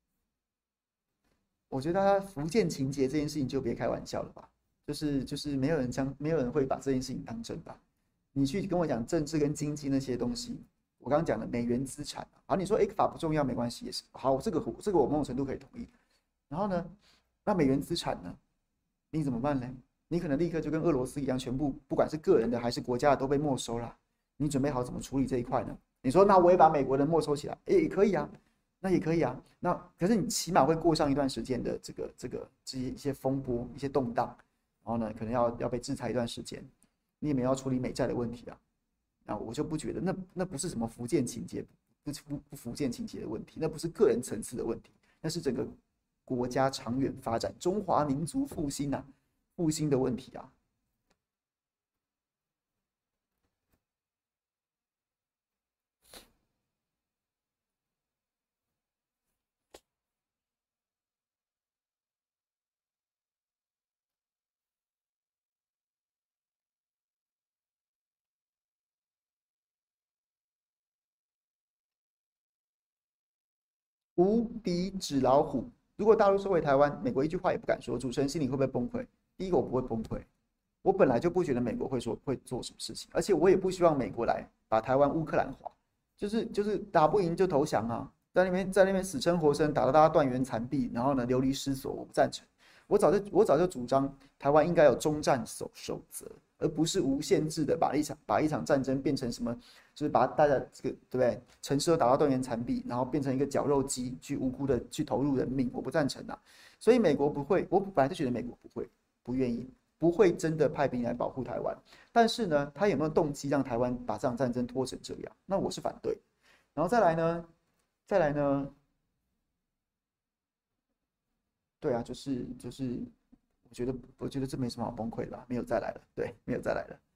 我觉得他福建情节这件事情就别开玩笑了吧，就是没有人会把这件事情当真吧？你去跟我讲政治跟经济那些东西，我刚刚讲的美元资产，好，你说法不重要没关系，也是好，这个我某种程度可以同意。然后呢，那美元资产呢，你怎么办呢？你可能立刻就跟俄罗斯一样，全部不管是个人的还是国家的都被没收了。你准备好怎么处理这一块呢？你说那我也把美国人没收起来，也可以啊。那也可以啊，那可是你起码会过上一段时间的这一些风波、一些动荡，然后呢，可能要被制裁一段时间，你也没有要处理美债的问题啊。那我就不觉得那不是什么福建情节，不福建情节的问题，那不是个人层次的问题，那是整个国家长远发展、中华民族复兴啊，复兴的问题啊。无敌纸老虎。如果大陆收回台湾，美国一句话也不敢说，主持人心里会不会崩溃？第一个，我不会崩溃，我本来就不觉得美国会做什么事情，而且我也不希望美国来把台湾乌克兰化，就是打不赢就投降啊，在那边死撑活生，打到大家断垣残壁，然后呢流离失所，我不赞成。我早就主张台湾应该有终战守则，而不是无限制的把一场战争变成什么，就是把大家这个对不对？城市都打到断垣残壁，然后变成一个绞肉机，去无辜的去投入人命，我不赞成啊。所以美国不会，我本来就觉得美国不愿意，不会真的派兵来保护台湾。但是呢，他有没有动机让台湾把这场战争拖成这样？那我是反对。然后再来呢，对啊，我觉得这没什么好崩溃的吧？没有再来了，对，没有再来了。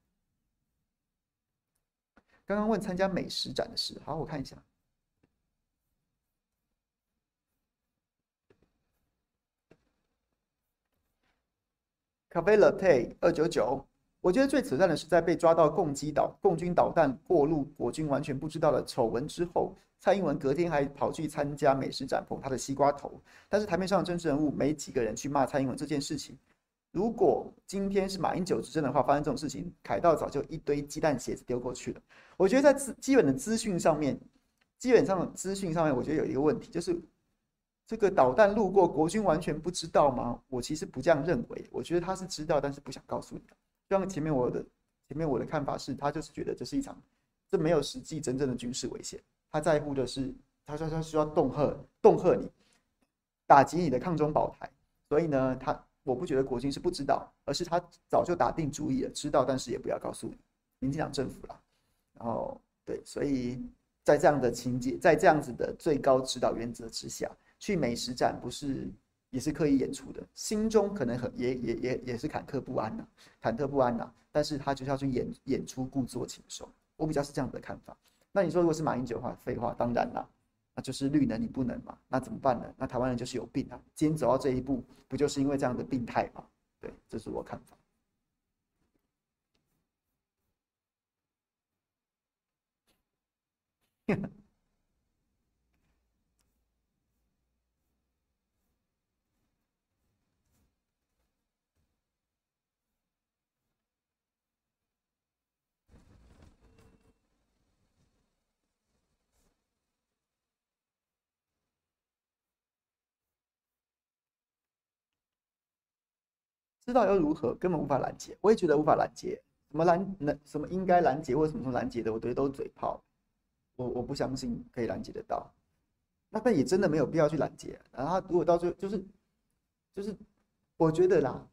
刚刚问参加美食展的事，好，我看一下。咖啡 latte 299，我觉得最扯淡的是在被抓到共军导弹过路，国军完全不知道的丑闻之后，蔡英文隔天还跑去参加美食展捧他的西瓜头，但是台面上的政治人物没几个人去骂蔡英文这件事情。如果今天是马英九执政的话，发生这种事情，凯道早就一堆鸡蛋鞋子丢过去了。我觉得在基本的资讯上面，我觉得有一个问题，就是这个导弹路过，国军完全不知道吗？我其实不这样认为，我觉得他是知道，但是不想告诉你。就像前面我的看法是，他就是觉得这是一场，这没有实际真正的军事危险，他在乎的是，他需要恫吓你， 打击你的抗中保台。所以呢，我不觉得国军是不知道，而是他早就打定主意了，知道但是也不要告诉你，民进党政府啦。然后对，所以在这样的情节，在这样子的最高指导原则之下，去美食展不是也是刻意演出的，心中可能也是坎坷不安呐、忐忑不安呐、但是他就是要去演出，故作禽兽。我比较是这样的看法。那你说如果是马英九的话，废话，当然啦，那就是绿能你不能嘛，那怎么办呢？那台湾人就是有病啊！今天走到这一步，不就是因为这样的病态吗？对，这是我看法。知道又如何？根本无法拦截。我也觉得无法拦截。什么应该拦截或什么时候拦截的，我觉得都是嘴炮。我不相信可以拦截得到。那但也真的没有必要去拦截。然后如果到最后就是，我觉得啦，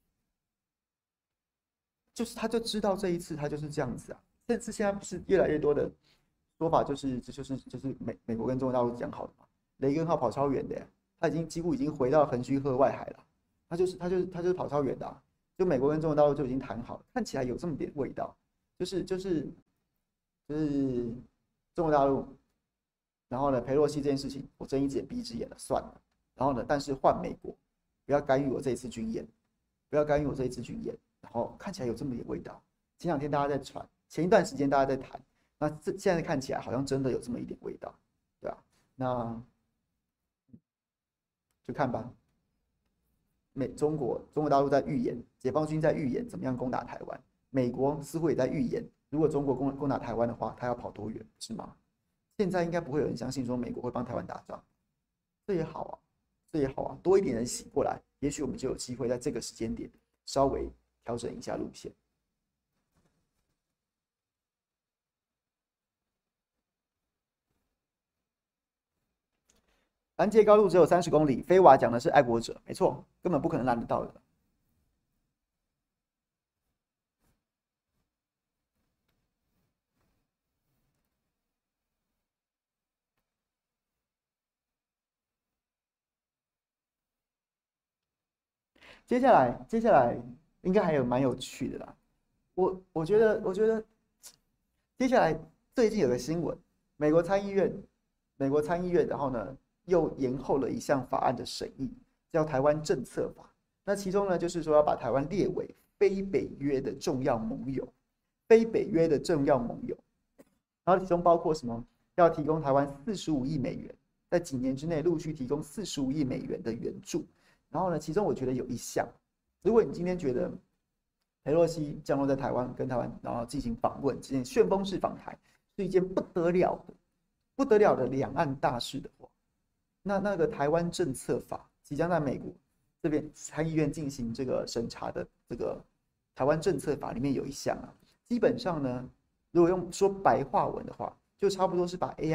就是他就知道这一次他就是这样子啊。甚至现在不是越来越多的说法，就是美国跟中国大陆讲好的嘛，雷根号跑超远的，他几乎已经回到横须贺外海了。他就是跑超远的、啊，就美国跟中国大陆就已经谈好了，看起来有这么点味道，就是中国大陆，然后呢，裴洛西这件事情我睁一只眼闭一只眼了，算了，然后呢，但是换美国不要干预我这一次军演，不要干预我这一次军演，然后看起来有这么点味道。前两天大家在传，前一段时间大家在谈，那现在看起来好像真的有这么一点味道，对吧、那就看吧。中国大陆在预演，解放军在预演怎么样攻打台湾，美国似乎也在预演，如果中国攻打台湾的话，他要跑多远，是吗？现在应该不会有人相信说美国会帮台湾打仗，这也好啊，这也好啊，多一点人洗过来，也许我们就有机会在这个时间点稍微调整一下路线。拦截高度只有30公里，飞瓦讲的是爱国者，没错，根本不可能拦得到的。接下来应该还有蛮有趣的啦。我觉得接下来最近有个新闻，美国参议院，美国参议院，然后呢又延后了一项法案的审议，叫台湾政策法。那其中呢就是说要把台湾列为非北约的重要盟友，非北约的重要盟友。然后其中包括什么？要提供台湾45亿美元，在几年之内陆续提供45亿美元的援助。然后呢，其中我觉得有一项，如果你今天觉得裴洛西降落在台湾，跟台湾然后进行访问，进行旋风式访台，是一件不得了的两岸大事的话，那个台湾政策法即将在美国这边参议院进行这个审查的这个台湾政策法里面有一项啊，基本上呢，如果用说白话文的话，就差不多是把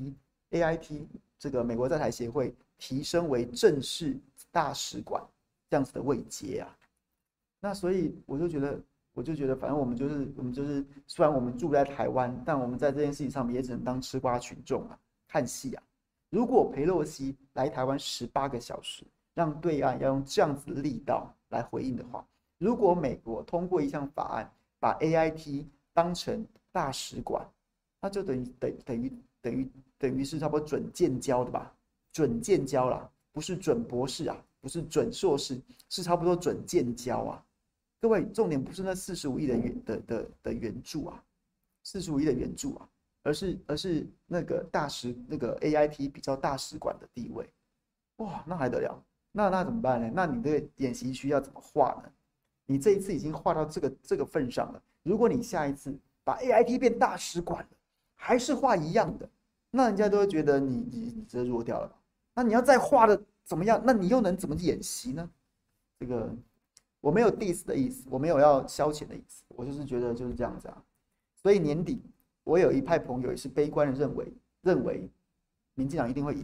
AIT 这个美国在台协会提升为正式大使馆这样子的位阶啊。那所以我就觉得，反正我们就是，虽然我们住在台湾，但我们在这件事情上面也只能当吃瓜群众啊，看戏啊。如果裴洛西来台湾18个小时，让对岸要用这样子的力道来回应的话，如果美国通过一项法案，把 AIT 当成大使馆，那就等于是差不多准建交的吧？准建交啦，不是准博士啊，不是准硕士，是差不多准建交啊。各位，重点不是那45亿的援助啊，45亿的援助啊，而是那个那个 AIT 比较大使馆的地位，哇，那还得了？那怎么办呢？那你这个演习区要怎么画呢？你这一次已经画到这个份上了，如果你下一次把 AIT 变大使馆了，还是画一样的，那人家都会觉得你这弱掉了。那你要再画的怎么样？那你又能怎么演习呢？这个。我没有 diss 的意思，我没有要消遣的意思，我就是觉得就是这样子啊。所以年底，我有一派朋友也是悲观的认为民进党一定会赢啊。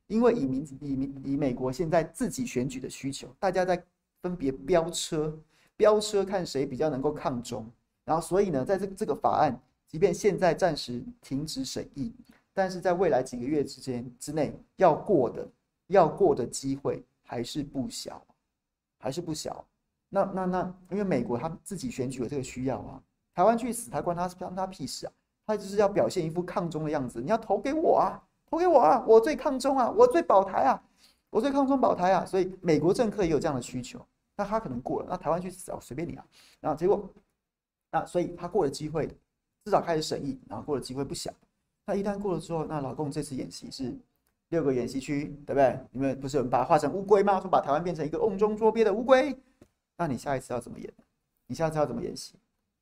因为以美国现在自己选举的需求，大家在分别飙车看谁比较能够抗中，然后所以呢，在这个法案，即便现在暂时停止审议，但是在未来几个月之内要过的机会还是不小，还是不小。那，因为美国他自己选举有这个需要啊，台湾去死，他关他屁事啊！他就是要表现一副抗中的样子，你要投给我啊，投给我啊，我最抗中啊，我最保台啊，我最抗中保台啊！所以美国政客也有这样的需求，那他可能过了，那台湾去死啊，随便你啊！然后结果，那所以他过了机会，至少开始审议，然后过了机会不小。那一旦过了之后，那老共这次演习是6个演习区，对不对？你们不是有人把它画成乌龟吗？说把台湾变成一个瓮中捉鳖的乌龟。那你下一次要怎么演？你下次要怎么演习？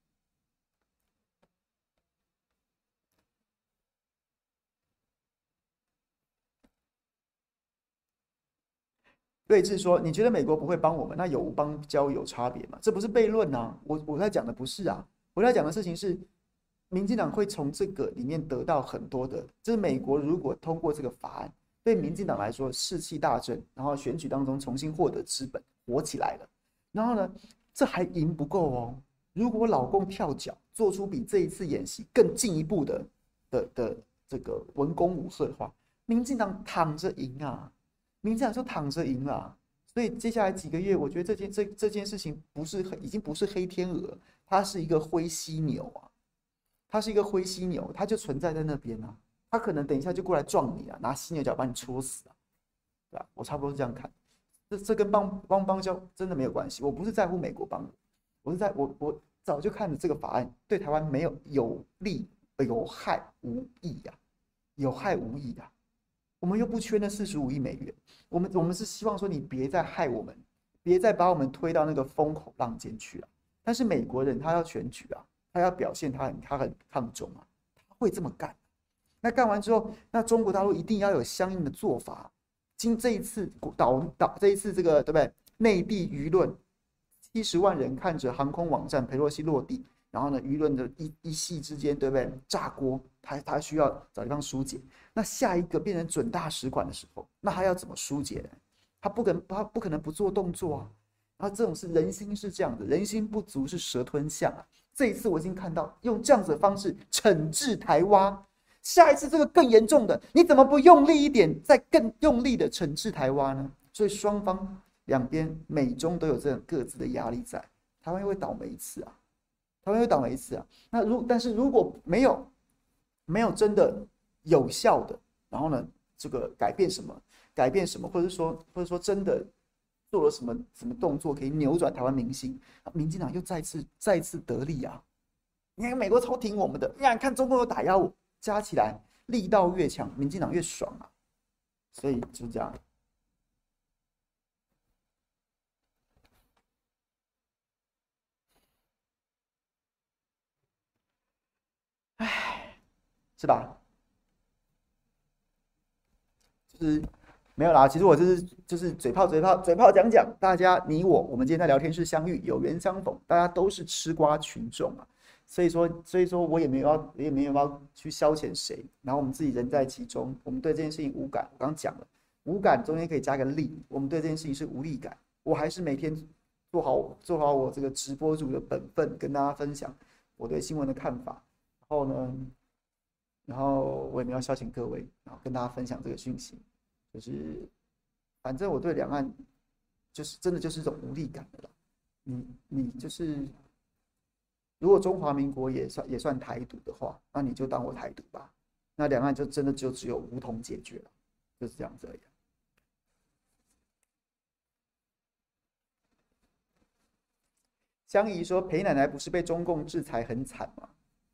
对峙说：“你觉得美国不会帮我们？那有邦交有差别吗？这不是悖论啊！我在讲的不是啊，我在讲的事情是，民进党会从这个里面得到很多的，就是美国如果通过这个法案，对民进党来说士气大振，然后选举当中重新获得资本，火起来了。然后呢，这还赢不够哦。如果老共跳脚，做出比这一次演习更进一步的这个文攻武吓的话，民进党躺着赢啊！”民进党就躺着赢了，所以接下来几个月，我觉得这件事情已经不是黑天鹅，它是一个灰犀牛啊，它是一个灰犀牛，它就存在在那边啊，它可能等一下就过来撞你啊，拿犀牛角把你戳死啊，对吧？我差不多是这样看，这跟邦交真的没有关系，我不是在乎美国帮我，我早就看了这个法案对台湾没有利有害无益呀，有害无益呀。我们又不缺那45亿美元，我们是希望说你别再害我们，别再把我们推到那个风口浪尖去了。但是美国人他要选举啊，他要表现他很抗中啊，他会这么干。那干完之后，那中国大陆一定要有相应的做法。这一次这一次这个对不对？内地舆论70万人看着航空网站裴洛西落地，然后呢，舆论的一夕之间，对不对？炸锅，他需要找地方疏解。那下一个变成准大使馆的时候，那他要怎么疏解呢？他不可能不做动作啊。然后这种人心是这样的，人心不足是蛇吞象啊。这一次我已经看到用这样子的方式惩治台湾，下一次这个更严重的，你怎么不用力一点，再更用力的惩治台湾呢？所以双方两边美中都有这样各自的压力在，台湾又会倒霉一次啊，台湾会倒霉一次啊。但是如果没有真的有效的，然后呢，这个改变什么，或者说真的做了什么动作可以扭转台湾民心，民进党又再次得利啊！你看美国超挺我们的，你看中共又打压我，加起来力道越强，民进党越爽啊！所以就是这样。唉，是吧？就是没有啦，其实我就是嘴炮讲讲，大家你我们今天在聊天室相遇，有缘相逢，大家都是吃瓜群众啊，所以说我也没有要去消遣谁，然后我们自己人在其中，我们对这件事情无感，我刚刚讲了，无感中间可以加个力，我们对这件事情是无力感，我还是每天做好我这个直播主的本分，跟大家分享我对新闻的看法，然后呢，然后我也没有消遣各位，然后跟大家分享这个讯息。就是反正我对两岸就是真的就是一种无力感的了。你就是如果中华民国也算台独的话，那你就当我台独吧。那两岸就真的只有武统解决了，就是这样子而已。香姨说裴奶奶不是被中共制裁很惨吗？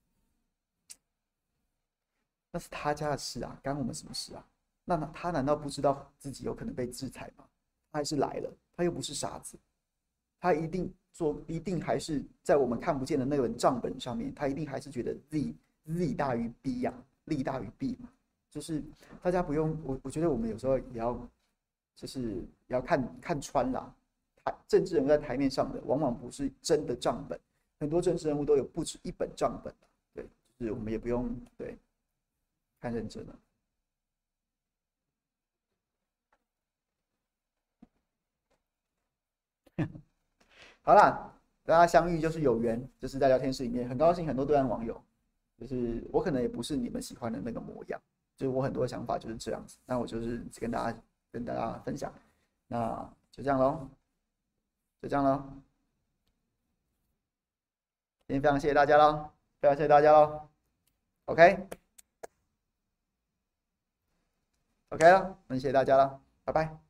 那是他家的事啊，干我们什么事啊？那他难道不知道自己有可能被制裁吗？他还是来了，他又不是傻子，他一定还是在我们看不见的那本账本上面，他一定还是觉得 Z 大于 B 呀、利大于弊嘛。就是大家不用我觉得我们有时候也要就是也要看穿啦，政治人物在台面上的往往不是真的账本，很多政治人物都有不止一本账本，对，就是我们也不用对看认真了。 好啦，大家相遇就是有缘，就是在聊天室里面，很高兴很多对岸网友，就是我可能也不是你们喜欢的那个模样，就是我很多想法就是这样子，那我就是跟大家分享，那就这样喽，就这样喽，今天非常谢谢大家喽，非常谢谢大家喽，OK OK 了，那谢谢大家了，拜拜。